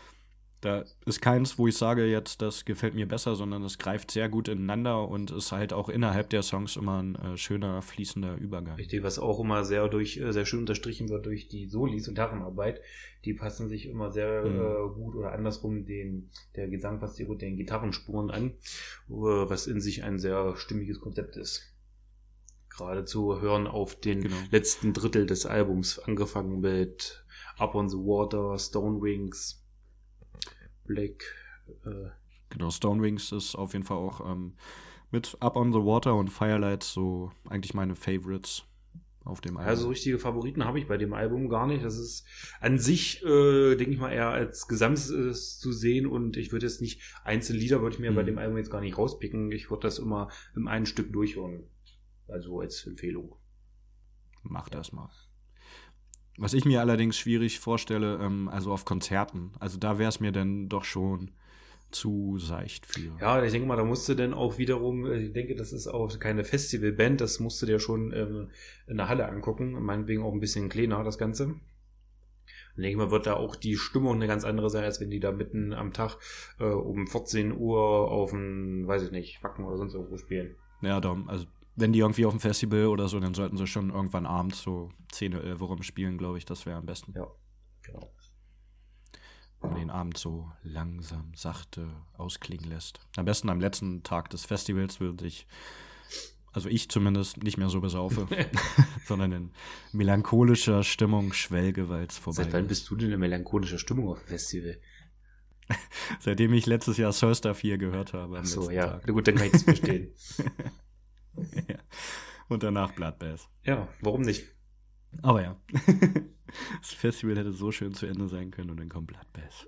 Da ist keins, wo ich sage jetzt, das gefällt mir besser, sondern es greift sehr gut ineinander und ist halt auch innerhalb der Songs immer ein äh, schöner, fließender Übergang. Richtig, was auch immer sehr durch sehr schön unterstrichen wird durch die Solis und Gitarrenarbeit. Die passen sich immer sehr mhm. äh, gut oder andersrum den, der Gesang passt sehr gut den Gitarrenspuren an, äh, was in sich ein sehr stimmiges Konzept ist. Gerade zu hören auf den genau. letzten Drittel des Albums, angefangen mit Up on the Water, Stone Wings, Black Äh, Genau, Stone Wings ist auf jeden Fall auch ähm, mit Up on the Water und Firelight so eigentlich meine Favorites auf dem Album. Also richtige Favoriten habe ich bei dem Album gar nicht. Das ist an sich, äh, denke ich mal, eher als Gesamtes zu sehen und ich würde jetzt nicht einzelne Lieder würde ich mir mhm. bei dem Album jetzt gar nicht rauspicken. Ich würde das immer im einen Stück durchhören. Also als Empfehlung. Mach das mal. Was ich mir allerdings schwierig vorstelle, ähm, also auf Konzerten, also da wäre es mir dann doch schon zu seicht für. Ja, ich denke mal, da musst du dann auch wiederum, ich denke, das ist auch keine Festivalband, das musst du dir schon ähm, in der Halle angucken, meinetwegen auch ein bisschen kleiner, das Ganze. Und denke ich mal, wird da auch die Stimmung eine ganz andere sein, als wenn die da mitten am Tag äh, um vierzehn Uhr auf dem, weiß ich nicht, Wacken oder sonst irgendwo spielen. Ja, darum, also wenn die irgendwie auf dem Festival oder so, dann sollten sie schon irgendwann abends so zehn, elf Uhr rumspielen, glaube ich, das wäre am besten. Ja, genau. Wenn man den Abend so langsam, sachte ausklingen lässt. Am besten am letzten Tag des Festivals würde ich, also ich zumindest, nicht mehr so besaufe, sondern in melancholischer Stimmung schwelge, weil es vorbei ist. Seit wann bist du denn in melancholischer Stimmung auf dem Festival? Seitdem ich letztes Jahr Soulstar vier gehört habe. Ach so, ja. Tag. Gut, dann kann ich das verstehen. Ja. Und danach Bloodbath. Ja, warum nicht? Aber ja. Das Festival hätte so schön zu Ende sein können und dann kommt Bloodbath.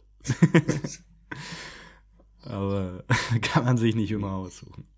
Aber kann man sich nicht immer aussuchen.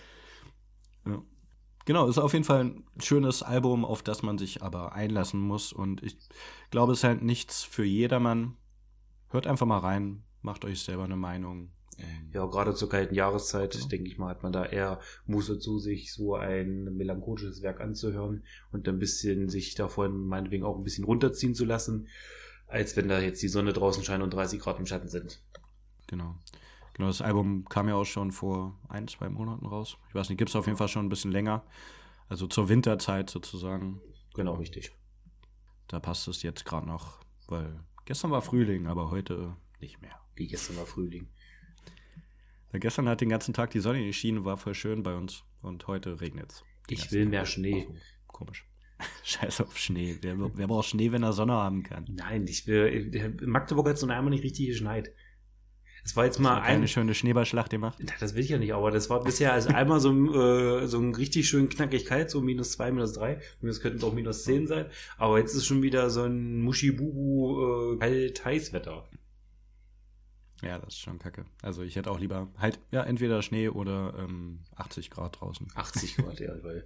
Ja. Genau, ist auf jeden Fall ein schönes Album, auf das man sich aber einlassen muss. Und ich glaube, es ist halt nichts für jedermann. Hört einfach mal rein, macht euch selber eine Meinung. Ja, gerade zur kalten Jahreszeit, ja. denke ich mal, hat man da eher Muße zu, sich so ein melancholisches Werk anzuhören und ein bisschen sich davon meinetwegen auch ein bisschen runterziehen zu lassen, als wenn da jetzt die Sonne draußen scheint und dreißig Grad im Schatten sind. Genau. Genau, das Album kam ja auch schon vor ein, zwei Monaten raus. Ich weiß nicht, gibt es auf jeden Fall schon ein bisschen länger. Also zur Winterzeit sozusagen. Genau, richtig. Da passt es jetzt gerade noch, weil gestern war Frühling, aber heute nicht mehr. Wie gestern war Frühling. Ja, gestern hat den ganzen Tag die Sonne geschienen, war voll schön bei uns und heute regnet es. Ich will mehr Schnee. So, komisch. Scheiß auf Schnee. Wer, wer braucht Schnee, wenn er Sonne haben kann? Nein, ich will. In Magdeburg hat es noch einmal nicht richtig geschneit. Es war jetzt mal eine ein, schöne Schneeballschlacht gemacht. Das will ich ja nicht, aber das war bisher also einmal so, äh, so ein richtig schön knackig kalt, so minus zwei, minus drei. Das könnten auch minus zehn sein. Aber jetzt ist schon wieder so ein Muschi-Bubu äh, kalt Heißwetter. Ja, das ist schon kacke. Also ich hätte auch lieber halt, ja, entweder Schnee oder ähm, achtzig Grad draußen. achtzig Grad, ja, weil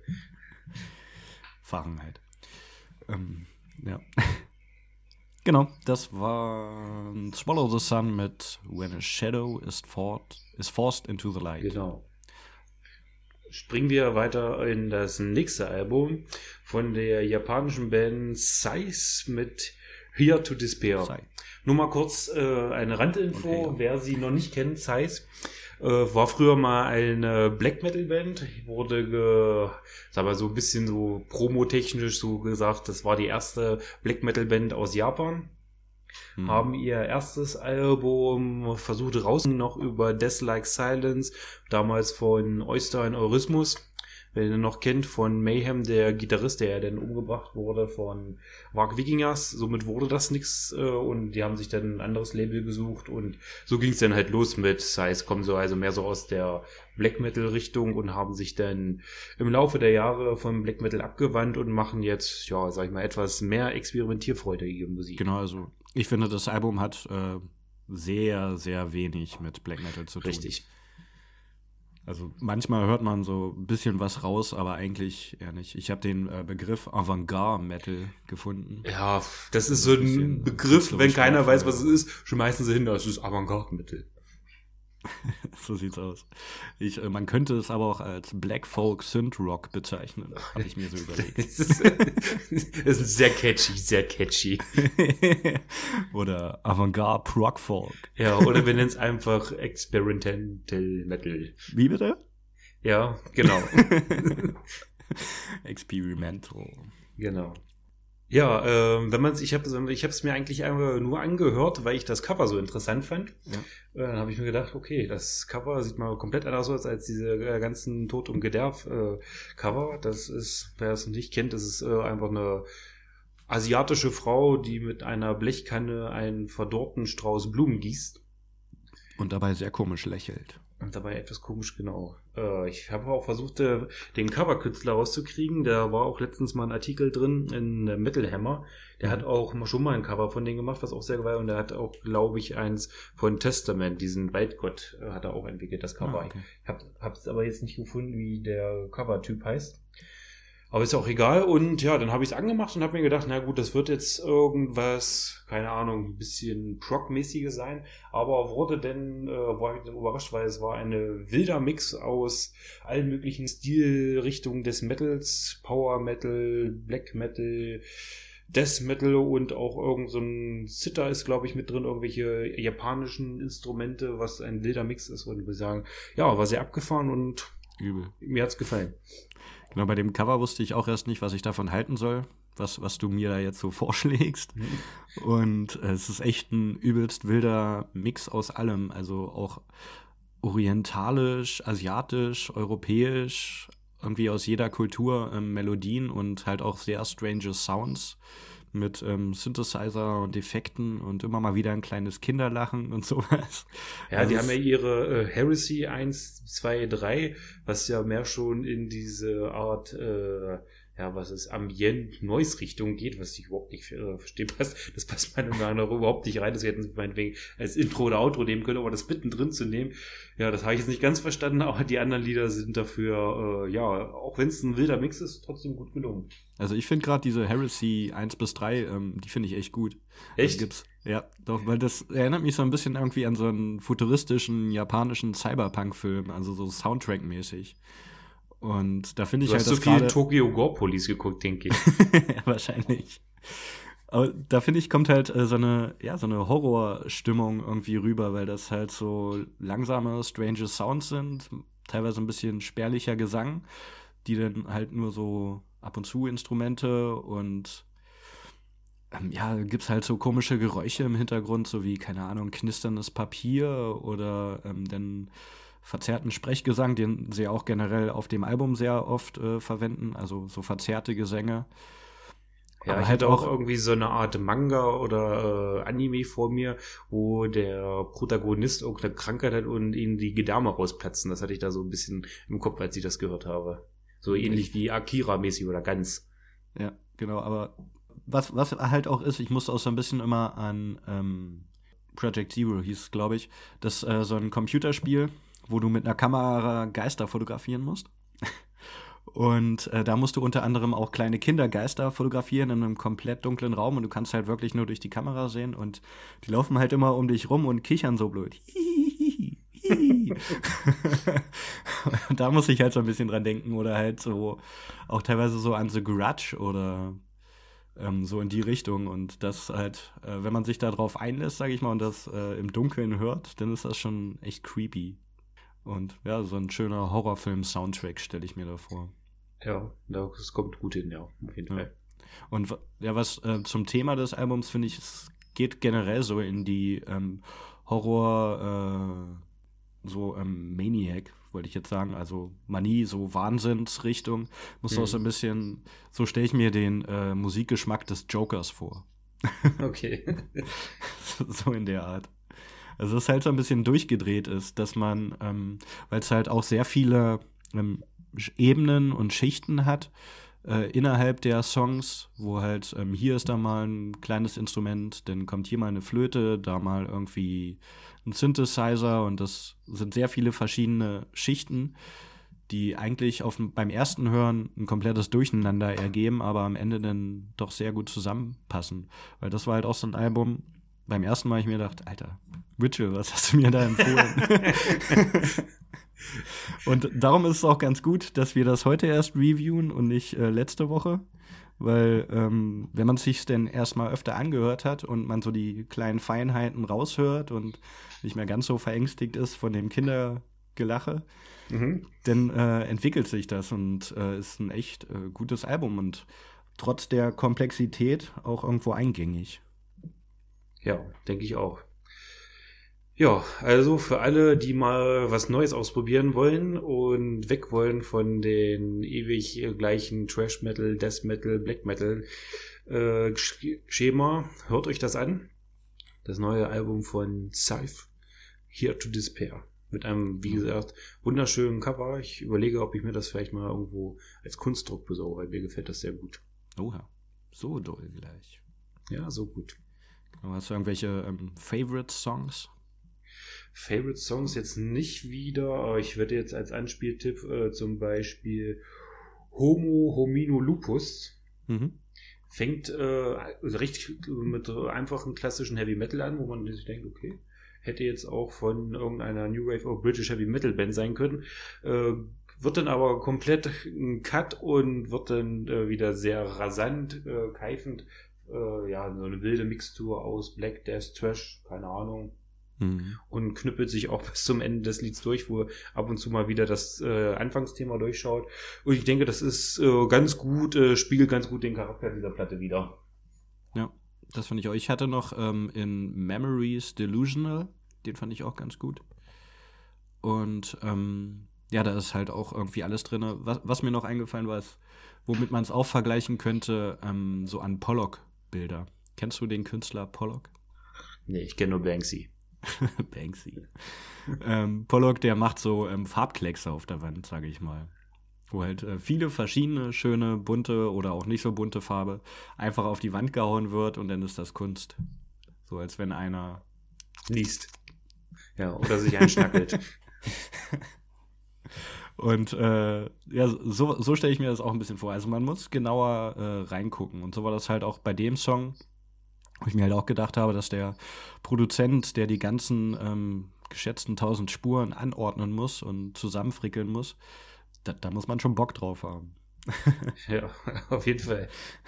Fahrenheit. Ähm, ja. Genau, das war Swallow the Sun mit When a Shadow is, fought, is Forced into the Light. Genau. Springen wir weiter in das nächste Album von der japanischen Band Size mit Here to Despair. Sei. Nur mal kurz äh, eine Randinfo, okay. Wer sie noch nicht kennt, Size äh, war früher mal eine Black Metal Band, wurde ge, sag mal so ein bisschen so promotechnisch so gesagt, das war die erste Black Metal Band aus Japan. Hm. Haben ihr erstes Album versucht raus noch über Death Like Silence, damals von Oyster and Eurismus. Wer den noch kennt, von Mayhem, der Gitarrist, der ja dann umgebracht wurde von Varg Vikingers. Somit wurde das nix äh, und die haben sich dann ein anderes Label gesucht und so ging es dann halt los mit Size, kommen so also mehr so aus der Black Metal Richtung und haben sich dann im Laufe der Jahre von Black Metal abgewandt und machen jetzt, ja, sag ich mal, etwas mehr experimentierfreudige Musik. Genau, also ich finde, das Album hat äh, sehr, sehr wenig mit Black Metal zu tun. Richtig. Also manchmal hört man so ein bisschen was raus, aber eigentlich eher nicht. Ich habe den äh, Begriff Avantgarde-Metal gefunden. Ja, das ist so ein, ein Begriff, wenn keiner weiß, was es ist, schmeißen sie hin, das ist Avantgarde-Metal. So sieht's aus. Ich, äh, man könnte es aber auch als Black Folk Synth Rock bezeichnen, habe ich mir so überlegt. Das ist, das ist sehr catchy, sehr catchy. Oder Avantgarde Prog Folk. Ja, oder wir nennen es einfach Experimental Metal. Wie bitte? Ja, genau. Experimental. Genau. Ja, äh, wenn man ich habe ich habe es mir eigentlich einfach nur angehört, weil ich das Cover so interessant fand. Ja. Äh, dann habe ich mir gedacht, okay, das Cover sieht mal komplett anders aus als diese äh, ganzen Tod und Gederb äh, Cover. Das ist, wer es nicht kennt, das ist äh, einfach eine asiatische Frau, die mit einer Blechkanne einen verdorrten Strauß Blumen gießt. Und dabei sehr komisch lächelt. Und dabei etwas komisch, genau. Äh, ich habe auch versucht, äh, den Coverkünstler rauszukriegen. Da war auch letztens mal ein Artikel drin in äh, Metal Hammer. Der mhm. hat auch mal schon mal ein Cover von denen gemacht, was auch sehr geil war. Und der hat auch, glaube ich, eins von Testament, diesen Waldgott, äh, hat er auch entwickelt, das Cover. Ah, okay. Ich habe es aber jetzt nicht gefunden, wie der Covertyp heißt. Aber ist ja auch egal. Und ja, dann habe ich es angemacht und habe mir gedacht, na gut, das wird jetzt irgendwas, keine Ahnung, ein bisschen Prog-mäßiges sein. Aber wurde denn, äh, war ich überrascht, weil es war ein wilder Mix aus allen möglichen Stilrichtungen des Metals, Power Metal, Black Metal, Death Metal und auch irgend so ein Zither ist, glaube ich, mit drin, irgendwelche japanischen Instrumente, was ein wilder Mix ist. Und ich würde sagen, ja, war sehr abgefahren und übel. Mir hat's gefallen. Genau, bei dem Cover wusste ich auch erst nicht, was ich davon halten soll, was, was du mir da jetzt so vorschlägst. Mhm. Und äh, es ist echt ein übelst wilder Mix aus allem. Also auch orientalisch, asiatisch, europäisch, irgendwie aus jeder Kultur ähm, Melodien und halt auch sehr strange Sounds mit ähm, Synthesizer und Effekten und immer mal wieder ein kleines Kinderlachen und sowas. Ja, also die haben ja ihre äh, Heresy eins, zwei, drei, was ja mehr schon in diese Art, äh, ja, was ist, Ambient-Noise-Richtung geht, was ich überhaupt nicht äh, verstehe. Passt, das passt meiner Meinung nach überhaupt nicht rein. Das hätten sie meinetwegen als Intro oder Outro nehmen können, aber das mittendrin zu nehmen, ja, das habe ich jetzt nicht ganz verstanden, aber die anderen Lieder sind dafür, äh, ja, auch wenn es ein wilder Mix ist, trotzdem gut gelungen. Also ich finde gerade diese Heresy eins bis drei, ähm, die finde ich echt gut. Echt? Gibt's, ja, doch, weil das erinnert mich so ein bisschen irgendwie an so einen futuristischen, japanischen Cyberpunk-Film, also so Soundtrack-mäßig. Und da finde ich du halt hast das so viel grade... Tokyo Gore Police geguckt, denke ich. Ja, wahrscheinlich. Aber da finde ich, kommt halt äh, so eine, ja, so eine Horrorstimmung irgendwie rüber, weil das halt so langsame, strange Sounds sind, teilweise ein bisschen spärlicher Gesang, die dann halt nur so ab und zu Instrumente und ähm, ja, gibt's halt so komische Geräusche im Hintergrund, so wie, keine Ahnung, knisterndes Papier oder ähm, dann verzerrten Sprechgesang, den sie auch generell auf dem Album sehr oft äh, verwenden, also so verzerrte Gesänge. Ja, aber ich halt hatte auch irgendwie so eine Art Manga oder äh, Anime vor mir, wo der Protagonist irgendeine Krankheit hat und ihm die Gedärme rausplatzen. Das hatte ich da so ein bisschen im Kopf, als ich das gehört habe. So ähnlich wie Akira-mäßig oder ganz. Ja, genau, aber was, was halt auch ist, ich musste auch so ein bisschen immer an ähm, Project Zero hieß es, glaube ich, das ist äh, so ein Computerspiel, wo du mit einer Kamera Geister fotografieren musst. Und äh, da musst du unter anderem auch kleine Kindergeister fotografieren in einem komplett dunklen Raum und du kannst halt wirklich nur durch die Kamera sehen und die laufen halt immer um dich rum und kichern so blöd. Und da muss ich halt so ein bisschen dran denken oder halt so auch teilweise so an The Grudge oder ähm, so in die Richtung und das halt, äh, wenn man sich da drauf einlässt, sag ich mal, und das äh, im Dunkeln hört, dann ist das schon echt creepy. Und ja, so ein schöner Horrorfilm-Soundtrack stelle ich mir da vor. Ja, das kommt gut hin, ja, auf jeden ja. Fall. Und ja, was äh, zum Thema des Albums finde ich, es geht generell so in die ähm, Horror, äh, so ähm, Maniac, wollte ich jetzt sagen, also Manie, so Wahnsinnsrichtung. Muss mhm. auch so ein bisschen, so stelle ich mir den äh, Musikgeschmack des Jokers vor. Okay. So in der Art. Also es halt so ein bisschen durchgedreht ist, dass man, ähm, weil es halt auch sehr viele ähm, Ebenen und Schichten hat äh, innerhalb der Songs, wo halt ähm, hier ist da mal ein kleines Instrument, dann kommt hier mal eine Flöte, da mal irgendwie ein Synthesizer und das sind sehr viele verschiedene Schichten, die eigentlich auf, beim ersten Hören ein komplettes Durcheinander ergeben, aber am Ende dann doch sehr gut zusammenpassen. Weil das war halt auch so ein Album, beim ersten Mal habe ich mir gedacht, Alter, Mitchell, was hast du mir da empfohlen? Und darum ist es auch ganz gut, dass wir das heute erst reviewen und nicht äh, letzte Woche. Weil ähm, wenn man es sich denn erstmal öfter angehört hat und man so die kleinen Feinheiten raushört und nicht mehr ganz so verängstigt ist von dem Kindergelache, mhm. dann äh, entwickelt sich das und äh, ist ein echt äh, gutes Album und trotz der Komplexität auch irgendwo eingängig. Ja, denke ich auch. Ja, also für alle, die mal was Neues ausprobieren wollen und weg wollen von den ewig gleichen Trash Metal, Death Metal, Black Metal äh, Schema, hört euch das an. Das neue Album von Scythe Here to Despair. Mit einem, wie gesagt, wunderschönen Cover. Ich überlege, ob ich mir das vielleicht mal irgendwo als Kunstdruck besorge, weil mir gefällt das sehr gut. Oha, so doll gleich. Ja, so gut. Genau, hast du irgendwelche ähm, Favorite-Songs? Favorite Songs jetzt nicht wieder, aber ich werde jetzt als Anspieltipp äh, zum Beispiel Homo Homino Lupus. Mhm. Fängt äh, richtig mit einfachen klassischen Heavy Metal an, wo man sich denkt, okay, hätte jetzt auch von irgendeiner New Wave oder British Heavy Metal Band sein können. Äh, wird dann aber komplett ein Cut und wird dann äh, wieder sehr rasant, äh, keifend. Äh, ja, so eine wilde Mixtur aus Black Death, Trash, keine Ahnung. Mhm. Und knüppelt sich auch bis zum Ende des Lieds durch, wo ab und zu mal wieder das äh, Anfangsthema durchschaut. Und ich denke, das ist äh, ganz gut, äh, spiegelt ganz gut den Charakter dieser Platte wider. Ja, das fand ich auch. Ich hatte noch ähm, in Memories Delusional, den fand ich auch ganz gut. Und ähm, ja, da ist halt auch irgendwie alles drin. Was, was mir noch eingefallen war, ist, womit man es auch vergleichen könnte, ähm, so an Pollock-Bilder. Kennst du den Künstler Pollock? Nee, ich kenne nur Banksy. Banksy. ähm, Pollock, der macht so ähm, Farbkleckse auf der Wand, sage ich mal. Wo halt äh, viele verschiedene, schöne, bunte oder auch nicht so bunte Farbe einfach auf die Wand gehauen wird und dann ist das Kunst. So als wenn einer liest. Ja, oder sich einschnackelt. Und äh, ja, so, so stelle ich mir das auch ein bisschen vor. Also man muss genauer äh, reingucken. Und so war das halt auch bei dem Song, wo ich mir halt auch gedacht habe, dass der Produzent, der die ganzen ähm, geschätzten tausend Spuren anordnen muss und zusammenfrickeln muss, da, da muss man schon Bock drauf haben. Ja, auf jeden Fall.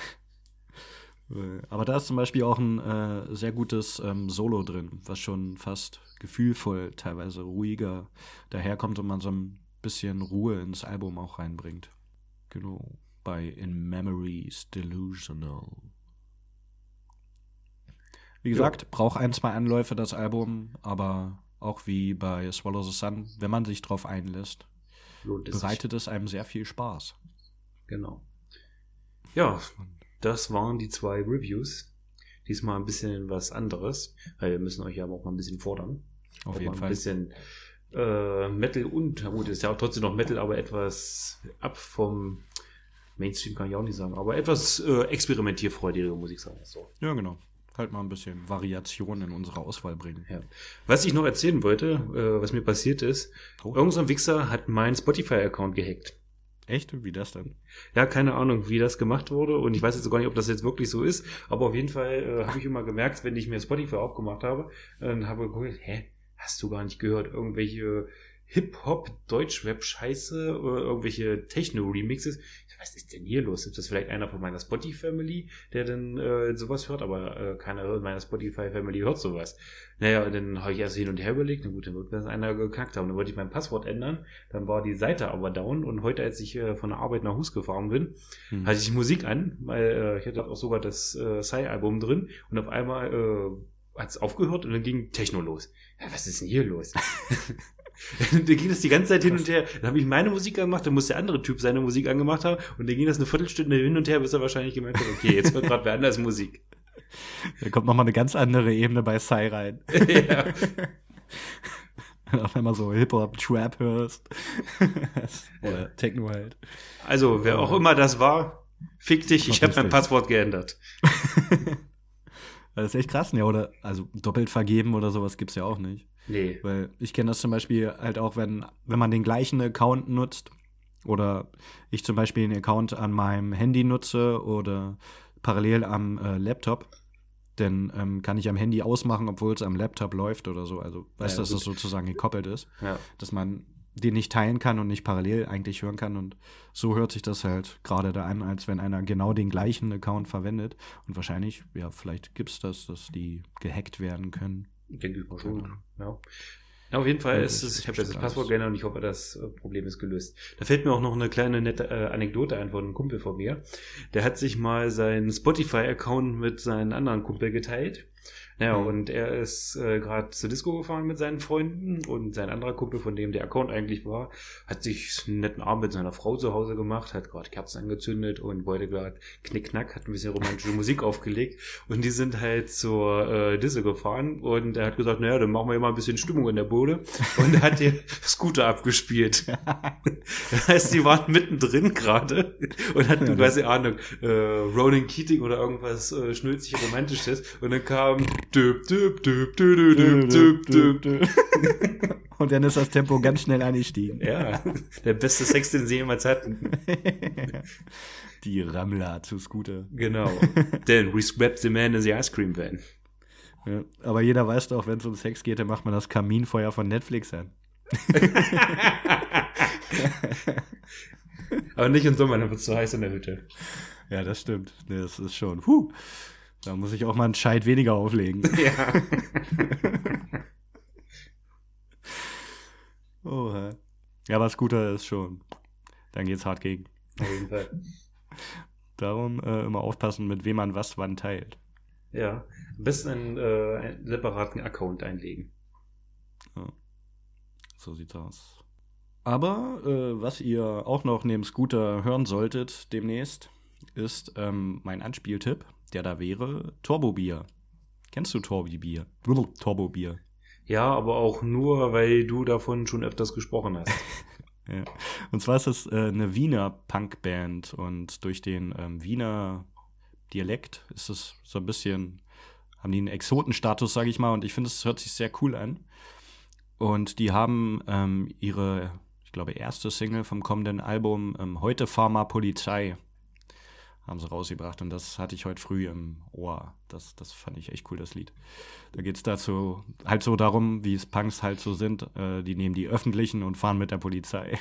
Aber da ist zum Beispiel auch ein äh, sehr gutes ähm, Solo drin, was schon fast gefühlvoll, teilweise ruhiger daherkommt und man so ein bisschen Ruhe ins Album auch reinbringt. Genau, bei In Memories Delusional. Wie gesagt, ja. Braucht ein, zwei Anläufe das Album, aber auch wie bei Swallow the Sun, wenn man sich drauf einlässt, es bereitet sich. Es einem sehr viel Spaß. Genau. Ja, das waren die zwei Reviews. Diesmal ein bisschen was anderes, weil wir müssen euch ja auch mal ein bisschen fordern. Auf jeden mal ein Fall. Ein bisschen äh, Metal und, na gut, ist ja auch trotzdem noch Metal, aber etwas ab vom Mainstream kann ich auch nicht sagen, aber etwas äh, experimentierfreudigere Musik sagen. So. Ja, genau. Halt mal ein bisschen Variation in unsere Auswahl bringen. Ja. Was ich noch erzählen wollte, äh, was mir passiert ist, oh. irgend so ein Wichser hat meinen Spotify-Account gehackt. Echt? Wie das denn? Ja, keine Ahnung, wie das gemacht wurde und ich weiß jetzt gar nicht, ob das jetzt wirklich so ist, aber auf jeden Fall äh, habe ich immer gemerkt, wenn ich mir Spotify aufgemacht habe, dann habe ich gedacht, hä, hast du gar nicht gehört, irgendwelche Hip-Hop, Deutsch-Rap-Scheiße oder irgendwelche Techno-Remixes. Was ist denn hier los? Ist das vielleicht einer von meiner Spotify-Family, der dann äh, sowas hört? Aber äh, keiner meiner Spotify-Family hört sowas. Naja, dann habe ich erst hin und her überlegt, na gut, dann wird das einer gekackt haben. Dann wollte ich mein Passwort ändern, dann war die Seite aber down und heute, als ich äh, von der Arbeit nach Hus gefahren bin, hm. hatte ich Musik an, weil äh, ich hatte auch sogar das äh, Psy-Album drin und auf einmal äh, hat es aufgehört und dann ging Techno los. Ja, was ist denn hier los? Da ging das die ganze Zeit hin und her. Dann habe ich meine Musik angemacht, dann muss der andere Typ seine Musik angemacht haben und dann ging das eine Viertelstunde hin und her, bis er wahrscheinlich gemerkt hat, okay, jetzt hört gerade wer anders Musik. Da kommt nochmal eine ganz andere Ebene bei Psy rein. Ja. Auf einmal so Hip-Hop, Trap hörst. Oder ja. Techno halt. Also, wer auch immer das war, fick dich, ich habe mein Passwort geändert. Das ist echt krass, ja, oder? Also doppelt vergeben oder sowas gibt's ja auch nicht. Nee. Weil ich kenne das zum Beispiel halt auch, wenn, wenn man den gleichen Account nutzt oder ich zum Beispiel den Account an meinem Handy nutze oder parallel am äh, Laptop, dann ähm, kann ich am Handy ausmachen, obwohl es am Laptop läuft oder so. Also weißt du, ja, dass das sozusagen gekoppelt ist. Ja. Dass man den nicht teilen kann und nicht parallel eigentlich hören kann. Und so hört sich das halt gerade da an, als wenn einer genau den gleichen Account verwendet. Und wahrscheinlich, ja, vielleicht gibt es das, dass die gehackt werden können. Denke ich mal schon. Ja. Ja, auf jeden Fall ist es, ich habe jetzt das Passwort geändert und ich hoffe, das Problem ist gelöst. Da fällt mir auch noch eine kleine nette äh, Anekdote ein von einem Kumpel von mir. Der hat sich mal seinen Spotify-Account mit seinem anderen Kumpel geteilt Naja, Mhm. und er ist äh, gerade zur Disco gefahren mit seinen Freunden und sein anderer Kumpel, von dem der Account eigentlich war, hat sich einen netten Abend mit seiner Frau zu Hause gemacht, hat gerade Kerzen angezündet und wollte gerade Knickknack, hat ein bisschen romantische Musik aufgelegt und die sind halt zur äh, Disco gefahren und er hat gesagt, naja, dann machen wir ja mal ein bisschen Stimmung in der Bude und er hat den Scooter abgespielt. Das heißt, die waren mittendrin gerade und hatten, Ja, weiß ich Ahnung, äh, Ronan Keating oder irgendwas äh, schnulzig Romantisches und dann kam düb, düb, düb, düb, düb, düb, düb, düb. Und dann ist das Tempo ganz schnell angestiegen. Ja, der beste Sex, den sie jemals hatten. Die Rammler zu Scooter. Genau. Then we swept the man in the ice cream van. Ja, aber jeder weiß doch, wenn es um Sex geht, dann macht man das Kaminfeuer von Netflix an. Aber nicht im Sommer, dann wird es zu heiß in der Hütte. Ja, das stimmt. Das ist schon. Puh. Da muss ich auch mal einen Scheit weniger auflegen. Ja. Oh, ja, aber Scooter ist schon. Dann geht's hart gegen. Auf jeden Fall. Darum äh, immer aufpassen, mit wem man was wann teilt. Ja. Am besten einen, äh, einen separaten Account einlegen. Ja. So sieht's aus. Aber äh, was ihr auch noch neben Scooter hören solltet demnächst, ist ähm, mein Anspieltipp, der da wäre Turbo-Bier. Kennst du Turbo-Bier? Turbo-Bier. Ja, aber auch nur, weil du davon schon öfters gesprochen hast. Ja. Und zwar ist es äh, eine Wiener Punkband und durch den ähm, Wiener Dialekt ist es so ein bisschen, haben die einen Exotenstatus, sage ich mal, und ich finde, es hört sich sehr cool an. Und die haben ähm, ihre, ich glaube, erste Single vom kommenden Album ähm, Heute fahr mal Polizei haben sie rausgebracht und das hatte ich heute früh im Ohr. Das, das fand ich echt cool, das Lied. Da geht es dazu halt so darum, wie es Punks halt so sind. Äh, die nehmen die Öffentlichen und fahren mit der Polizei.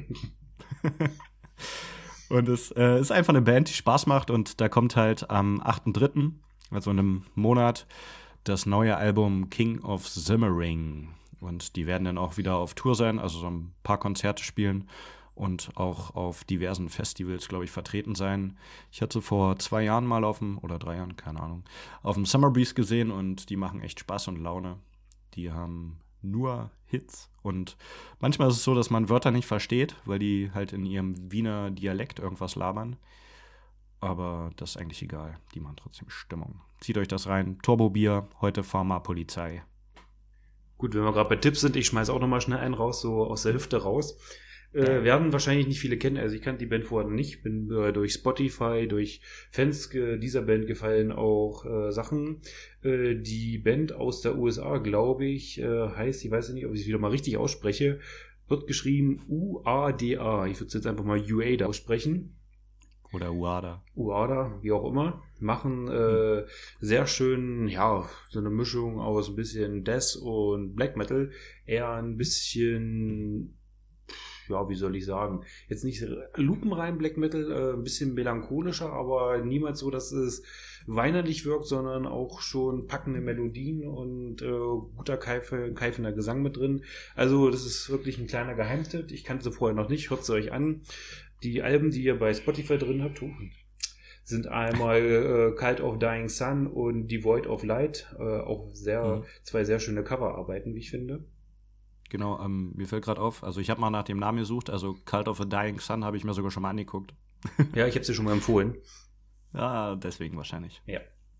Und es äh, ist einfach eine Band, die Spaß macht und da kommt halt am achten dritten, also in einem Monat, das neue Album King of Simmering. Und die werden dann auch wieder auf Tour sein, also so ein paar Konzerte spielen und auch auf diversen Festivals, glaube ich, vertreten sein. Ich hatte vor zwei Jahren mal auf dem, oder drei Jahren, keine Ahnung, auf dem Summer Breeze gesehen und die machen echt Spaß und Laune. Die haben nur Hits und manchmal ist es so, dass man Wörter nicht versteht, weil die halt in ihrem Wiener Dialekt irgendwas labern. Aber das ist eigentlich egal, die machen trotzdem Stimmung. Zieht euch das rein. Turbo-Bier, heute Pharma Polizei. Gut, wenn wir gerade bei Tipps sind, ich schmeiß auch nochmal schnell einen raus, so aus der Hüfte raus. Äh, werden wahrscheinlich nicht viele kennen, also ich kannte die Band vorher noch nicht, bin äh, durch Spotify, durch Fans äh, dieser Band gefallen auch äh, Sachen. Äh, die Band aus der U S A, glaube ich, äh, heißt, ich weiß nicht, ob ich es wieder mal richtig ausspreche, wird geschrieben U A D A. Ich würde es jetzt einfach mal U A D A aussprechen. Oder Uada. Uada, wie auch immer, machen äh, hm. sehr schön, ja, so eine Mischung aus ein bisschen Death und Black Metal, eher ein bisschen, ja, wie soll ich sagen, jetzt nicht lupenrein Black Metal, äh, ein bisschen melancholischer, aber niemals so, dass es weinerlich wirkt, sondern auch schon packende Melodien und äh, guter Keife, keifender Gesang mit drin. Also das ist wirklich ein kleiner Geheimtipp. Ich kannte sie vorher noch nicht, hört sie euch an. Die Alben, die ihr bei Spotify drin habt, sind einmal äh, Cult of Dying Sun und Devoid of Light. Äh, auch sehr, mhm. zwei sehr schöne Coverarbeiten, wie ich finde. Genau, ähm, mir fällt gerade auf, also ich habe mal nach dem Namen gesucht, also Cult of a Dying Sun habe ich mir sogar schon mal angeguckt. Ja, ich habe sie schon mal empfohlen. Ja, deswegen wahrscheinlich. Ja.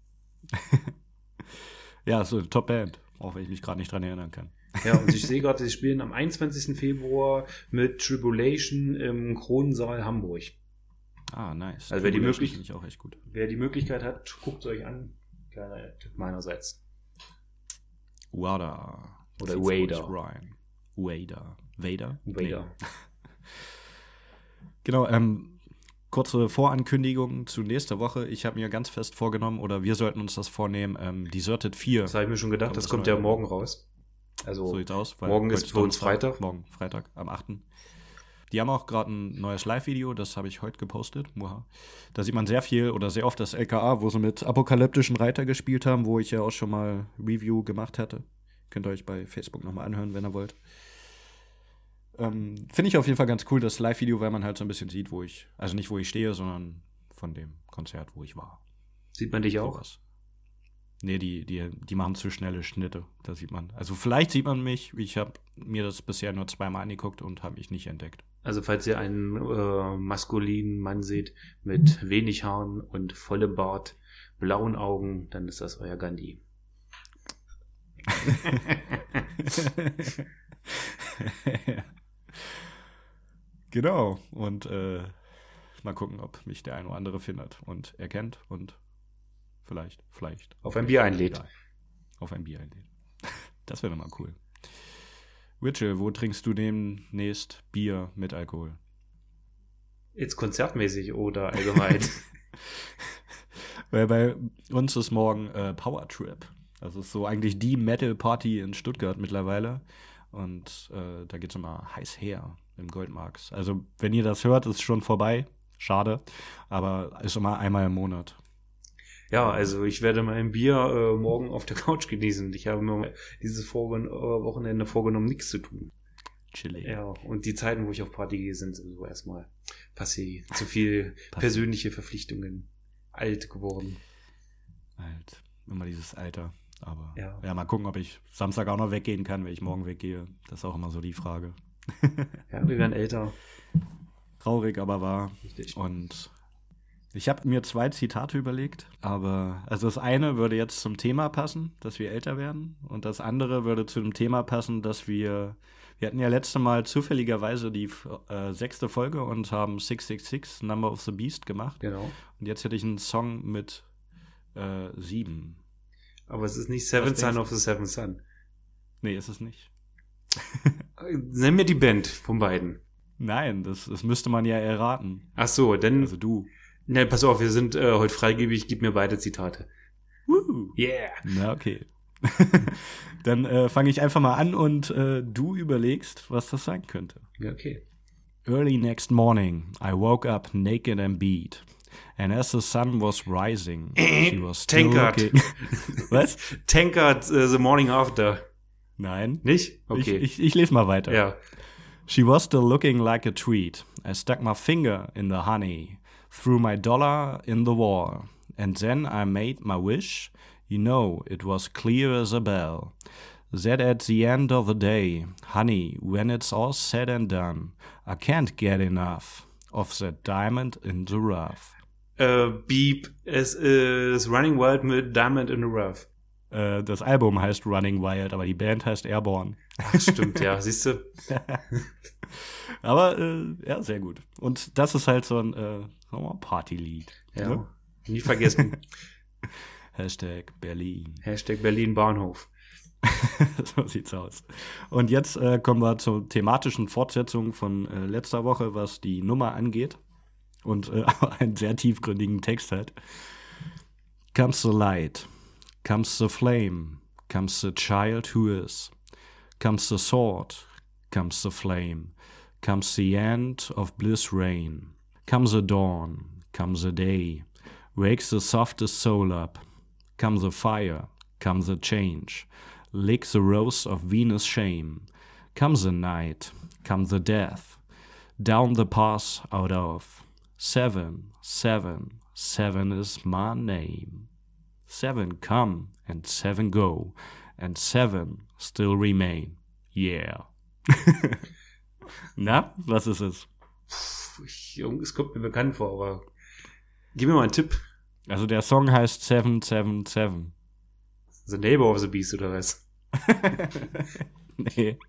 Ja, so eine Top-Band, auch wenn ich mich gerade nicht dran erinnern kann. Ja, und ich sehe gerade, sie spielen am einundzwanzigsten Februar mit Tribulation im Kronensaal Hamburg. Ah, nice. Also wer die, möglich- ich auch echt gut. wer die Möglichkeit hat, guckt es euch an. Kleiner Tipp meinerseits. Wada. Oder Wader. Wader. Vader? Vader. Nee. Genau, ähm, kurze Vorankündigung zu nächster Woche. Ich habe mir ganz fest vorgenommen, oder wir sollten uns das vornehmen, ähm, Deserted vier. Das habe ich mir schon gedacht, kommt das, das kommt ja morgen raus. Also so sieht's aus. Weil morgen ist für uns Freitag. Morgen, Freitag, am achten. Die haben auch gerade ein neues Live-Video, das habe ich heute gepostet. Da sieht man sehr viel oder sehr oft das L K A, wo sie mit apokalyptischen Reiter gespielt haben, wo ich ja auch schon mal Review gemacht hatte. Könnt ihr euch bei Facebook nochmal anhören, wenn ihr wollt. Ähm, Finde ich auf jeden Fall ganz cool, das Live-Video, weil man halt so ein bisschen sieht, wo ich, also nicht wo ich stehe, sondern von dem Konzert, wo ich war. Sieht man dich auch? Sowas. Nee, die, die, die machen zu schnelle Schnitte, da sieht man. Also vielleicht sieht man mich, ich habe mir das bisher nur zweimal angeguckt und habe mich nicht entdeckt. Also falls ihr einen äh, maskulinen Mann seht mit wenig Haaren und vollem Bart, blauen Augen, dann ist das euer Gandhi. Genau, und äh, mal gucken, ob mich der ein oder andere findet und erkennt und vielleicht, vielleicht. Auf ein Bier einlädt. Auf ein Bier einlädt. Das wäre doch mal cool. Richard, wo trinkst du demnächst Bier mit Alkohol? Jetzt konzertmäßig oder allgemein? Weil bei uns ist morgen äh, Power Trip. Das ist so eigentlich die Metal-Party in Stuttgart mittlerweile. Und äh, da geht es immer heiß her im Goldmarks. Also wenn ihr das hört, ist schon vorbei. Schade. Aber ist immer einmal im Monat. Ja, also ich werde mein Bier äh, morgen auf der Couch genießen. Ich habe mir dieses Vorgen- äh, Wochenende vorgenommen, nichts zu tun. Chillig. Ja, und die Zeiten, wo ich auf Party gehe, sind so erstmal passé. Zu viel persönliche Verpflichtungen. Alt geworden. Alt. Immer dieses Alter. Aber ja. ja, mal gucken, ob ich Samstag auch noch weggehen kann, wenn ich morgen weggehe. Das ist auch immer so die Frage. Ja, wir werden älter. Traurig, aber wahr. Richtig. Und ich habe mir zwei Zitate überlegt, aber also das eine würde jetzt zum Thema passen, dass wir älter werden, und das andere würde zu dem Thema passen, dass wir, wir hatten ja letzte Mal zufälligerweise die äh, sechste Folge und haben six six six, Number of the Beast gemacht. Genau. Und jetzt hätte ich einen Song mit äh, sieben. Aber es ist nicht Seventh Son of the Seventh Son. Nee, ist es nicht. Nenn mir die Band von beiden. Nein, das, das müsste man ja erraten. Ach so, denn... Also du. Ne, pass auf, wir sind äh, heute freigebig, gib mir beide Zitate. Woo. Yeah. Na, okay. Dann äh, fange ich einfach mal an und äh, du überlegst, was das sein könnte. Ja, okay. Early next morning, I woke up naked and beat. And as the sun was rising, she was still Tankard. looking... Was? Tankard, uh, the morning after. Nein. Nicht? Okay. Ich, ich, ich lese mal weiter. Ja. She was still looking like a treat. I stuck my finger in the honey, threw my dollar in the wall, and then I made my wish. You know, it was clear as a bell. That at the end of the day, honey, when it's all said and done, I can't get enough of that diamond in the rough. Äh, Beep, es ist Running Wild mit Diamond in the Rough. Äh, das Album heißt Running Wild, aber die Band heißt Airborne. Ach, stimmt, ja, siehst du. Aber, äh, ja, sehr gut. Und das ist halt so ein äh, Partylied. Ja, ne? Nie vergessen. Hashtag Berlin. Hashtag Berlin Bahnhof. So sieht's aus. Und jetzt äh, kommen wir zur thematischen Fortsetzung von äh, letzter Woche, was die Nummer angeht. Und äh, einen sehr tiefgründigen Text hat. Comes the light, comes the flame, comes the child who is, comes the sword, comes the flame, comes the end of bliss reign, comes the dawn, comes the day, wakes the softest soul up, comes the fire, comes the change, licks the rose of Venus' shame, comes the night, comes the death, down the path out of. Seven, seven, seven is my name. Seven come and seven go, and seven still remain. Yeah. Na, was ist es? Ich, es kommt mir bekannt vor, aber gib mir mal einen Tipp. Also der Song heißt Seven, Seven, Seven. The Neighbor of the Beast oder was? Nee.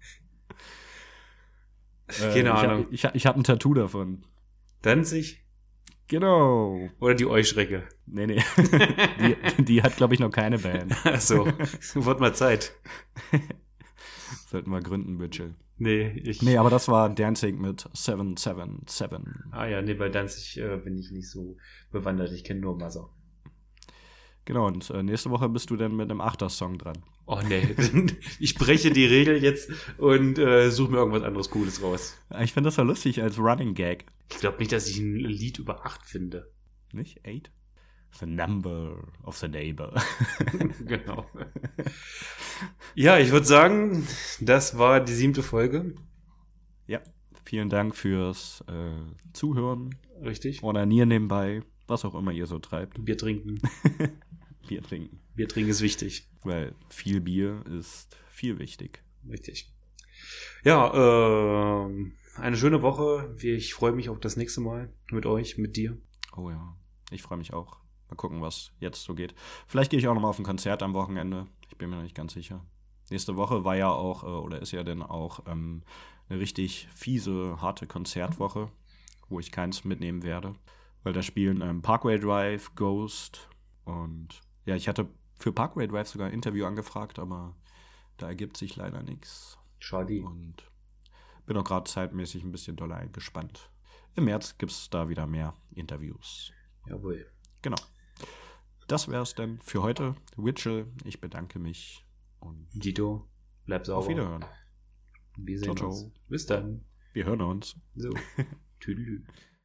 Keine äh, Ahnung. Ich, hab, ich, ich habe ein Tattoo davon. Danzig? Genau. Oder die Euschrecke? Nee, nee. die, die hat, glaube ich, noch keine Band. Ach so. Wird mal Zeit. Sollten wir gründen, Bütschel. Nee, ich... Nee, aber das war Dancing mit Seven, Seven, Seven. Ah ja, nee, bei Danzig äh, bin ich nicht so bewandert. Ich kenne nur Mother. Genau, und äh, nächste Woche bist du dann mit einem Achter-Song dran. Oh nee, ich breche die Regel jetzt und äh, suche mir irgendwas anderes Cooles raus. Ich finde das ja lustig als Running Gag. Ich glaube nicht, dass ich ein Lied über acht finde. Nicht? Eight? The number of the neighbor. Genau. Ja, ich würde sagen, das war die siebte Folge. Ja, vielen Dank fürs äh, Zuhören. Richtig. Onanieren nebenbei, was auch immer ihr so treibt. Bier trinken. Bier trinken. Bier trinken ist wichtig. Weil viel Bier ist viel wichtig. Richtig. Ja, äh, eine schöne Woche. Ich freue mich auf das nächste Mal mit euch, mit dir. Oh ja, ich freue mich auch. Mal gucken, was jetzt so geht. Vielleicht gehe ich auch nochmal auf ein Konzert am Wochenende. Ich bin mir noch nicht ganz sicher. Nächste Woche war ja auch, äh, oder ist ja dann auch ähm, eine richtig fiese, harte Konzertwoche, wo ich keins mitnehmen werde. Weil da spielen ähm, Parkway Drive, Ghost und ja, ich hatte für Parkway Drive sogar ein Interview angefragt, aber da ergibt sich leider nichts. Schade. Und bin auch gerade zeitmäßig ein bisschen doller eingespannt. Im März gibt es da wieder mehr Interviews. Jawohl. Genau. Das wäre es dann für heute. Witchell, ich bedanke mich und Dito, bleib sauber. auf Wiederhören. Wir sehen Ciao, uns. ciao. Bis dann. Wir hören uns. So. Tüdelü.